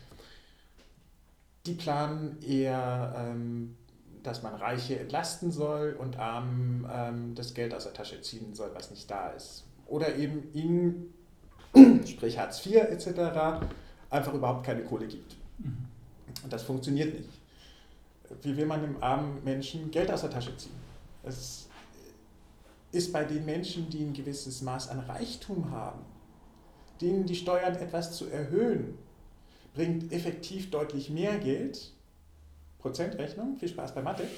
Die planen eher, ähm, dass man Reiche entlasten soll und Armen ähm, das Geld aus der Tasche ziehen soll, was nicht da ist. Oder eben ihnen, sprich Hartz vier et cetera, einfach überhaupt keine Kohle gibt. Und das funktioniert nicht. Wie will man dem armen Menschen Geld aus der Tasche ziehen? Es ist bei den Menschen, die ein gewisses Maß an Reichtum haben, denen die Steuern etwas zu erhöhen, bringt effektiv deutlich mehr Geld, Prozentrechnung, viel Spaß bei Mathe,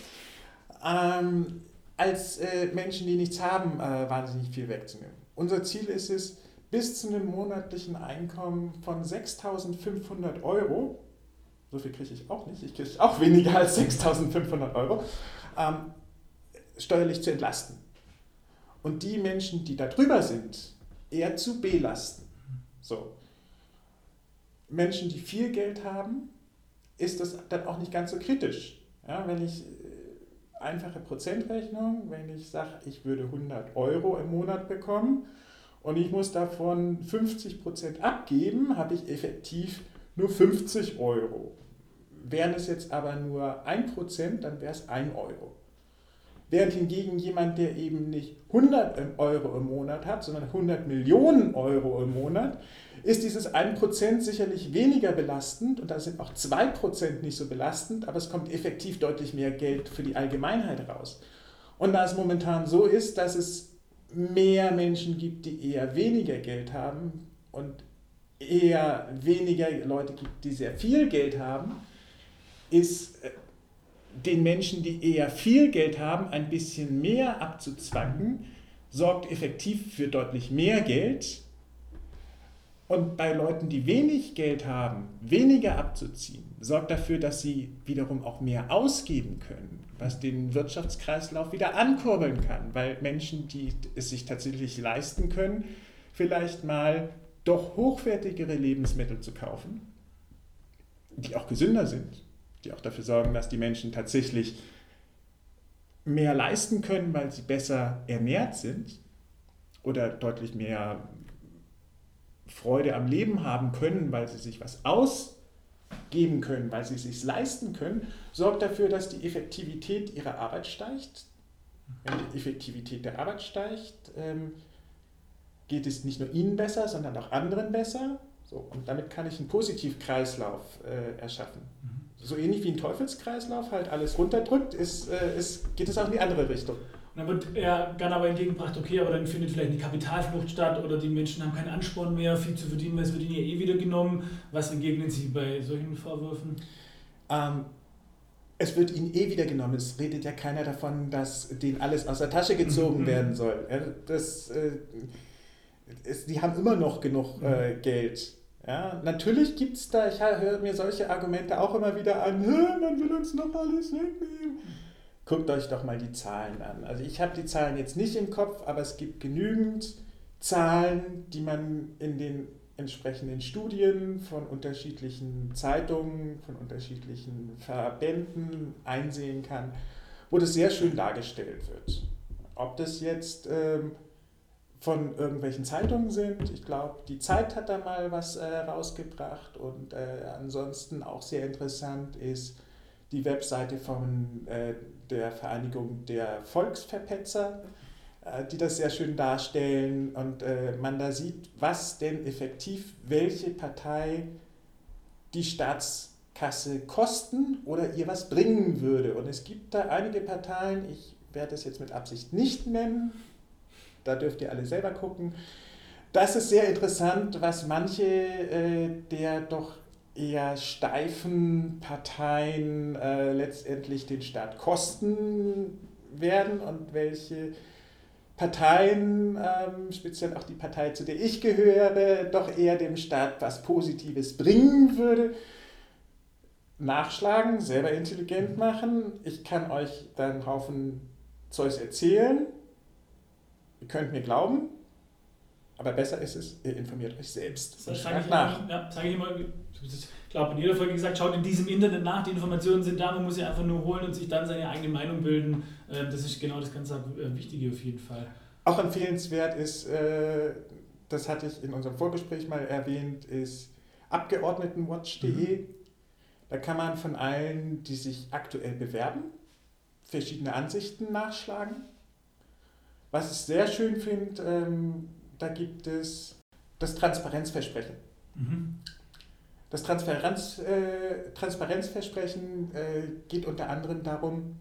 ähm, als äh, Menschen, die nichts haben, äh, wahnsinnig viel wegzunehmen. Unser Ziel ist es, bis zu einem monatlichen Einkommen von sechstausendfünfhundert Euro, so viel kriege ich auch nicht, ich kriege auch weniger als sechstausendfünfhundert Euro, ähm, steuerlich zu entlasten. Und die Menschen, die da drüber sind, eher zu belasten. So. Menschen, die viel Geld haben, ist das dann auch nicht ganz so kritisch. Ja, wenn ich äh, einfache Prozentrechnung, wenn ich sage, ich würde hundert Euro im Monat bekommen und ich muss davon fünfzig Prozent abgeben, habe ich effektiv nur fünfzig Euro. Wären es jetzt aber nur ein Prozent, dann wäre es ein Euro. Während hingegen jemand, der eben nicht hundert Euro im Monat hat, sondern hundert Millionen Euro im Monat, ist dieses ein Prozent sicherlich weniger belastend und da sind auch zwei Prozent nicht so belastend, aber es kommt effektiv deutlich mehr Geld für die Allgemeinheit raus. Und da es momentan so ist, dass es mehr Menschen gibt, die eher weniger Geld haben und eher weniger Leute gibt, die sehr viel Geld haben, ist den Menschen, die eher viel Geld haben, ein bisschen mehr abzuzwacken, sorgt effektiv für deutlich mehr Geld. Und bei Leuten, die wenig Geld haben, weniger abzuziehen, sorgt dafür, dass sie wiederum auch mehr ausgeben können, was den Wirtschaftskreislauf wieder ankurbeln kann, weil Menschen, die es sich tatsächlich leisten können, vielleicht mal doch hochwertigere Lebensmittel zu kaufen, die auch gesünder sind, die auch dafür sorgen, dass die Menschen tatsächlich mehr leisten können, weil sie besser ernährt sind oder deutlich mehr Freude am Leben haben können, weil sie sich was ausgeben können, weil sie es sich leisten können, sorgt dafür, dass die Effektivität ihrer Arbeit steigt. Wenn die Effektivität der Arbeit steigt, ähm, geht es nicht nur ihnen besser, sondern auch anderen besser. So, und damit kann ich einen Positivkreislauf äh, erschaffen. So ähnlich wie ein Teufelskreislauf halt alles runterdrückt, ist, äh, ist, geht es auch in die andere Richtung. Und dann wird eher gerne aber entgegengebracht, okay, aber dann findet vielleicht eine Kapitalflucht statt oder die Menschen haben keinen Ansporn mehr, viel zu verdienen, weil es wird ihnen ja eh wieder genommen. Was entgegnen Sie bei solchen Vorwürfen? Ähm, es wird ihnen eh wieder genommen. Es redet ja keiner davon, dass denen alles aus der Tasche gezogen mhm. werden soll. Ja, das, äh, es, die haben immer noch genug äh, Geld. Ja, natürlich gibt es da, ich höre mir solche Argumente auch immer wieder an, man will uns noch alles wegnehmen. Guckt euch doch mal die Zahlen an. Also ich habe die Zahlen jetzt nicht im Kopf, aber es gibt genügend Zahlen, die man in den entsprechenden Studien von unterschiedlichen Zeitungen, von unterschiedlichen Verbänden einsehen kann, wo das sehr schön dargestellt wird. Ob das jetzt ähm, von irgendwelchen Zeitungen sind. Ich glaube, die Zeit hat da mal was äh, rausgebracht und äh, ansonsten auch sehr interessant ist die Webseite von äh, der Vereinigung der Volksverpetzer, äh, die das sehr schön darstellen und äh, man da sieht, was denn effektiv welche Partei die Staatskasse kosten oder ihr was bringen würde. Und es gibt da einige Parteien, ich werde es jetzt mit Absicht nicht nennen, da dürft ihr alle selber gucken. Das ist sehr interessant, was manche äh, der doch eher steifen Parteien äh, letztendlich den Staat kosten werden und welche Parteien, ähm, speziell auch die Partei, zu der ich gehöre, doch eher dem Staat was Positives bringen würde. Nachschlagen, selber intelligent machen. Ich kann euch dann einen Haufen Zeugs erzählen. Ihr könnt mir glauben, aber besser ist es, ihr informiert euch selbst. Das sage ich nach. Ja, sage ich immer, ich glaube in jeder Folge gesagt, schaut in diesem Internet nach, die Informationen sind da, man muss sie einfach nur holen und sich dann seine eigene Meinung bilden. Das ist genau das ganz Wichtige auf jeden Fall. Auch empfehlenswert ist, das hatte ich in unserem Vorgespräch mal erwähnt, ist abgeordnetenwatch punkt de. Mhm. Da kann man von allen, die sich aktuell bewerben, verschiedene Ansichten nachschlagen. Was ich sehr schön finde, ähm, da gibt es das Transparenzversprechen. Mhm. Das Transparenz, äh, Transparenzversprechen äh, geht unter anderem darum,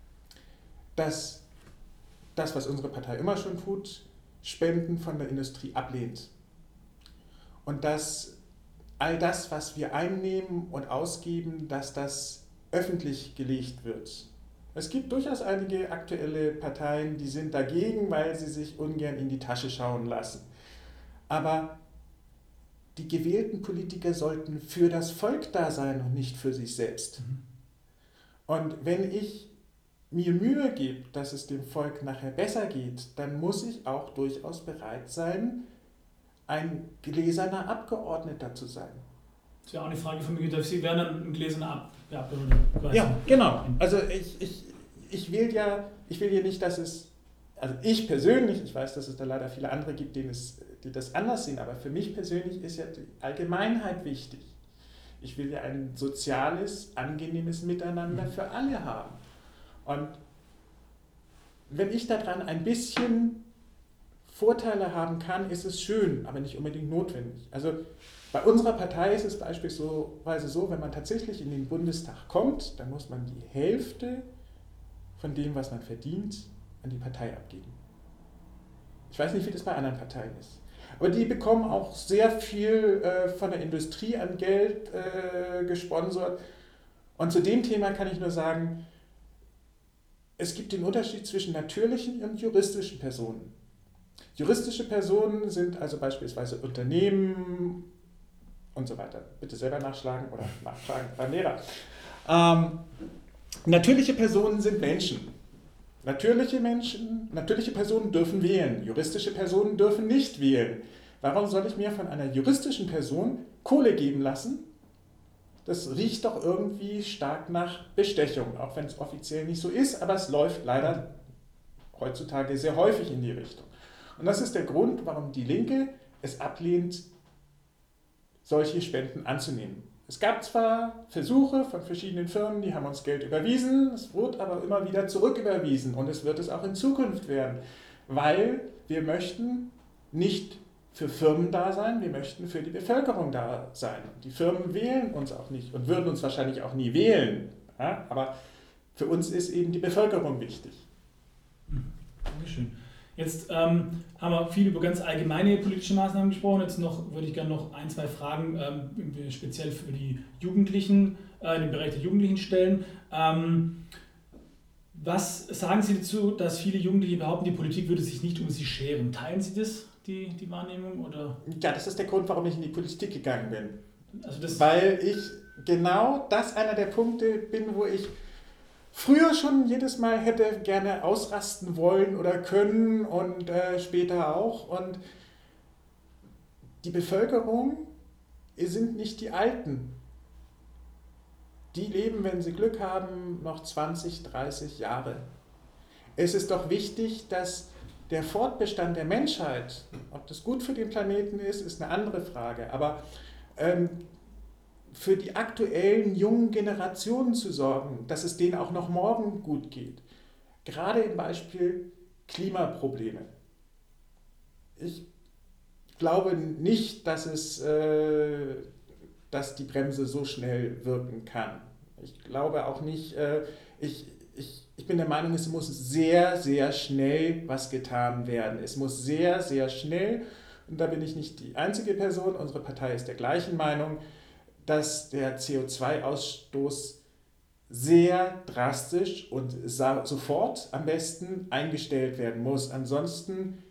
dass das, was unsere Partei immer schon tut, Spenden von der Industrie ablehnt. Und dass all das, was wir einnehmen und ausgeben, dass das öffentlich gelegt wird. Es gibt durchaus einige aktuelle Parteien, die sind dagegen, weil sie sich ungern in die Tasche schauen lassen. Aber die gewählten Politiker sollten für das Volk da sein und nicht für sich selbst. Mhm. Und wenn ich mir Mühe gebe, dass es dem Volk nachher besser geht, dann muss ich auch durchaus bereit sein, ein gläserner Abgeordneter zu sein. Das ist ja auch eine Frage von mir, Sie wären dann ein gläserner Abgeordneter. Ja, genau. Also ich, ich, ich, will ja, ich will ja nicht, dass es, also ich persönlich, ich weiß, dass es da leider viele andere gibt, denen es, die das anders sehen, aber für mich persönlich ist ja die Allgemeinheit wichtig. Ich will ja ein soziales, angenehmes Miteinander für alle haben. Und wenn ich daran ein bisschen Vorteile haben kann, ist es schön, aber nicht unbedingt notwendig. Also bei unserer Partei ist es beispielsweise so, wenn man tatsächlich in den Bundestag kommt, dann muss man die Hälfte von dem, was man verdient, an die Partei abgeben. Ich weiß nicht, wie das bei anderen Parteien ist. Aber die bekommen auch sehr viel äh, von der Industrie an Geld äh, gesponsert. Und zu dem Thema kann ich nur sagen, es gibt den Unterschied zwischen natürlichen und juristischen Personen. Juristische Personen sind also beispielsweise Unternehmen und so weiter. Bitte selber nachschlagen oder nachfragen beim Lehrer. Ähm, natürliche Personen sind Menschen. Natürliche Menschen, natürliche Personen dürfen wählen, juristische Personen dürfen nicht wählen. Warum soll ich mir von einer juristischen Person Kohle geben lassen? Das riecht doch irgendwie stark nach Bestechung, auch wenn es offiziell nicht so ist, aber es läuft leider heutzutage sehr häufig in die Richtung. Und das ist der Grund, warum die Linke es ablehnt, solche Spenden anzunehmen. Es gab zwar Versuche von verschiedenen Firmen, die haben uns Geld überwiesen, es wurde aber immer wieder zurücküberwiesen und es wird es auch in Zukunft werden, weil wir möchten nicht für Firmen da sein, wir möchten für die Bevölkerung da sein. Die Firmen wählen uns auch nicht und würden uns wahrscheinlich auch nie wählen, ja? Aber für uns ist eben die Bevölkerung wichtig. Dankeschön. Jetzt ähm, haben wir viel über ganz allgemeine politische Maßnahmen gesprochen. Jetzt noch würde ich gerne noch ein, zwei Fragen ähm, speziell für die Jugendlichen, äh, in den Bereich der Jugendlichen stellen. Ähm, was sagen Sie dazu, dass viele Jugendliche behaupten, die Politik würde sich nicht um sie scheren? Teilen Sie das, die, die Wahrnehmung? Oder? Ja, das ist der Grund, warum ich in die Politik gegangen bin. Also das Weil ich genau das einer der Punkte bin, wo ich früher schon jedes Mal hätte gerne ausrasten wollen oder können und äh, später auch. Und die Bevölkerung sind nicht die Alten. Die leben, wenn sie Glück haben, noch zwanzig, dreißig Jahre. Es ist doch wichtig, dass der Fortbestand der Menschheit, ob das gut für den Planeten ist, ist eine andere Frage. Aber ähm, für die aktuellen jungen Generationen zu sorgen, dass es denen auch noch morgen gut geht. Gerade im Beispiel Klimaprobleme. Ich glaube nicht, dass, es, äh, dass die Bremse so schnell wirken kann. Ich glaube auch nicht, äh, ich, ich, ich bin der Meinung, es muss sehr, sehr schnell was getan werden. Es muss sehr, sehr schnell, und da bin ich nicht die einzige Person, unsere Partei ist der gleichen Meinung, dass der C O zwei Ausstoß sehr drastisch und sofort am besten eingestellt werden muss. Ansonsten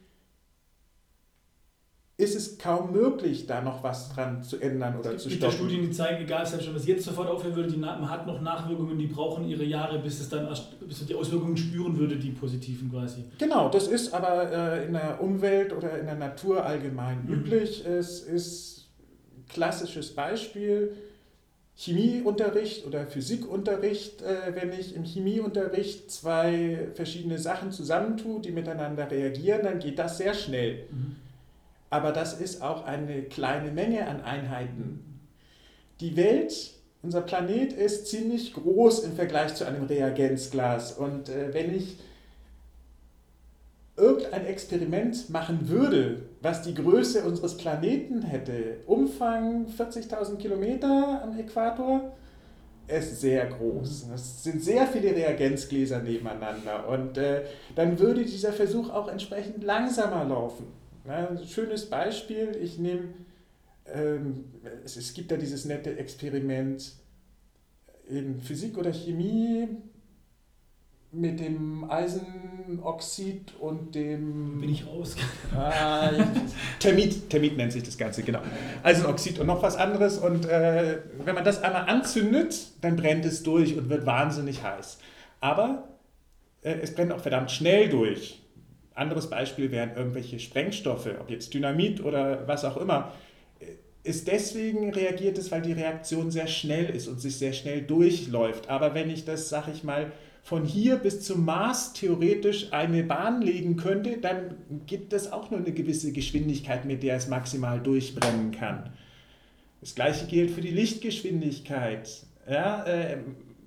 ist es kaum möglich, da noch was dran zu ändern oder zu stoppen. Es gibt Studien, die zeigen, egal, selbst wenn es jetzt sofort aufhören würde, die, man hat noch Nachwirkungen, die brauchen ihre Jahre, bis es dann bis die Auswirkungen spüren würde, die positiven quasi. Genau, das ist aber äh, in der Umwelt oder in der Natur allgemein mhm. üblich. Es ist klassisches Beispiel, Chemieunterricht oder Physikunterricht, äh, wenn ich im Chemieunterricht zwei verschiedene Sachen zusammentue, die miteinander reagieren, dann geht das sehr schnell. Mhm. Aber das ist auch eine kleine Menge an Einheiten. Die Welt, unser Planet ist ziemlich groß im Vergleich zu einem Reagenzglas. Und äh, wenn ich irgendein Experiment machen würde, was die Größe unseres Planeten hätte, Umfang vierzigtausend Kilometer am Äquator, ist sehr groß. Es sind sehr viele Reagenzgläser nebeneinander und äh, dann würde dieser Versuch auch entsprechend langsamer laufen. Ja, ein schönes Beispiel, ich nehme, ähm, es, es gibt ja dieses nette Experiment in Physik oder Chemie, mit dem Eisenoxid und dem... Bin ich raus? Ah, Thermit, Thermit nennt sich das Ganze, genau. Eisenoxid und noch was anderes. Und äh, wenn man das einmal anzündet, dann brennt es durch und wird wahnsinnig heiß. Aber äh, es brennt auch verdammt schnell durch. Anderes Beispiel wären irgendwelche Sprengstoffe, ob jetzt Dynamit oder was auch immer. Ist deswegen reagiert es, weil die Reaktion sehr schnell ist und sich sehr schnell durchläuft. Aber wenn ich das, sag ich mal, von hier bis zum Mars theoretisch eine Bahn legen könnte, dann gibt es auch nur eine gewisse Geschwindigkeit, mit der es maximal durchbrennen kann. Das gleiche gilt für die Lichtgeschwindigkeit. Ja, äh,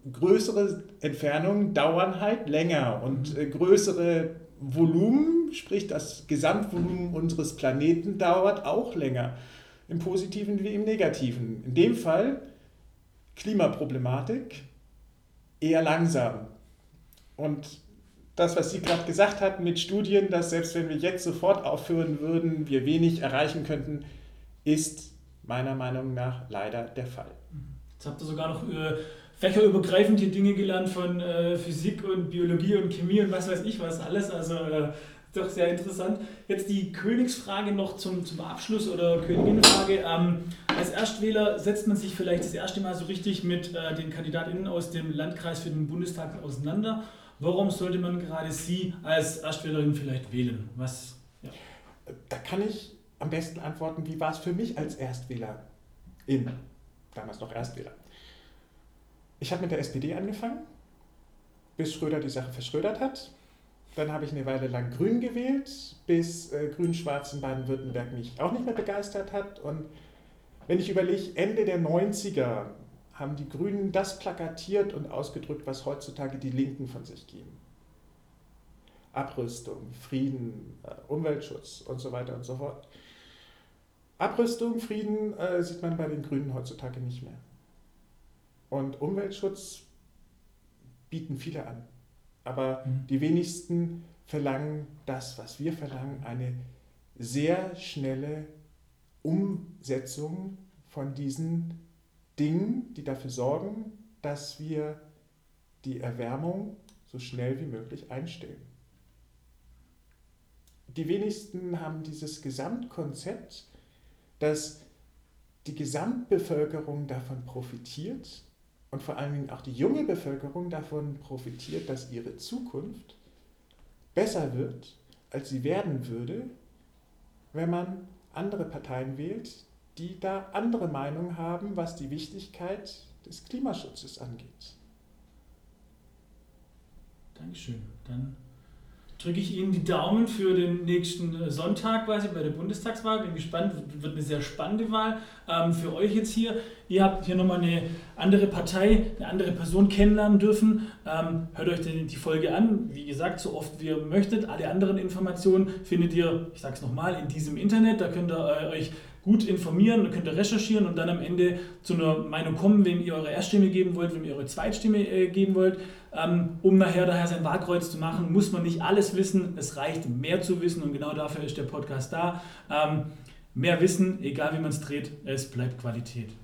größere Entfernungen dauern halt länger und äh, größere Volumen, sprich das Gesamtvolumen unseres Planeten dauert auch länger, im Positiven wie im Negativen. In dem Fall Klimaproblematik eher langsam. Und das, was Sie gerade gesagt hatten mit Studien, dass selbst wenn wir jetzt sofort aufhören würden, wir wenig erreichen könnten, ist meiner Meinung nach leider der Fall. Jetzt habt ihr sogar noch äh, fächerübergreifend die Dinge gelernt von äh, Physik und Biologie und Chemie und was weiß ich was alles. Also äh, doch sehr interessant. Jetzt die Königsfrage noch zum, zum Abschluss oder Königinnenfrage. Ähm, als Erstwähler setzt man sich vielleicht das erste Mal so richtig mit äh, den KandidatInnen aus dem Landkreis für den Bundestag auseinander. Warum sollte man gerade Sie als Erstwählerin vielleicht wählen? Was, ja. Da kann ich am besten antworten, wie war es für mich als Erstwählerin? Damals noch Erstwähler. Ich habe mit der S P D angefangen, bis Schröder die Sache verschrödert hat. Dann habe ich eine Weile lang Grün gewählt, bis äh, Grün-Schwarz in Baden-Württemberg mich auch nicht mehr begeistert hat. Und wenn ich überlege, Ende der neunziger haben die Grünen das plakatiert und ausgedrückt, was heutzutage die Linken von sich geben. Abrüstung, Frieden, äh, Umweltschutz und so weiter und so fort. Abrüstung, Frieden äh, sieht man bei den Grünen heutzutage nicht mehr. Und Umweltschutz bieten viele an. Aber mhm. die wenigsten verlangen das, was wir verlangen, eine sehr schnelle Umsetzung von diesen Dingen, die dafür sorgen, dass wir die Erwärmung so schnell wie möglich einstellen. Die wenigsten haben dieses Gesamtkonzept, dass die Gesamtbevölkerung davon profitiert und vor allen Dingen auch die junge Bevölkerung davon profitiert, dass ihre Zukunft besser wird, als sie werden würde, wenn man andere Parteien wählt, die da andere Meinungen haben, was die Wichtigkeit des Klimaschutzes angeht. Dankeschön. Dann drücke ich Ihnen die Daumen für den nächsten Sonntag quasi bei der Bundestagswahl. Bin gespannt, wird eine sehr spannende Wahl. Ähm, für euch jetzt hier, ihr habt hier nochmal eine andere Partei, eine andere Person kennenlernen dürfen. Ähm, hört euch die, die Folge an. Wie gesagt, so oft wie ihr möchtet. Alle anderen Informationen findet ihr, ich sage es nochmal, in diesem Internet. Da könnt ihr äh, euch gut informieren, könnt ihr recherchieren und dann am Ende zu einer Meinung kommen, wem ihr eure Erststimme geben wollt, wem ihr eure Zweitstimme äh, geben wollt. Ähm, um nachher daher sein Wahlkreuz zu machen, muss man nicht alles wissen, es reicht mehr zu wissen und genau dafür ist der Podcast da. Ähm, mehr Wissen, egal wie man es dreht, es bleibt Qualität.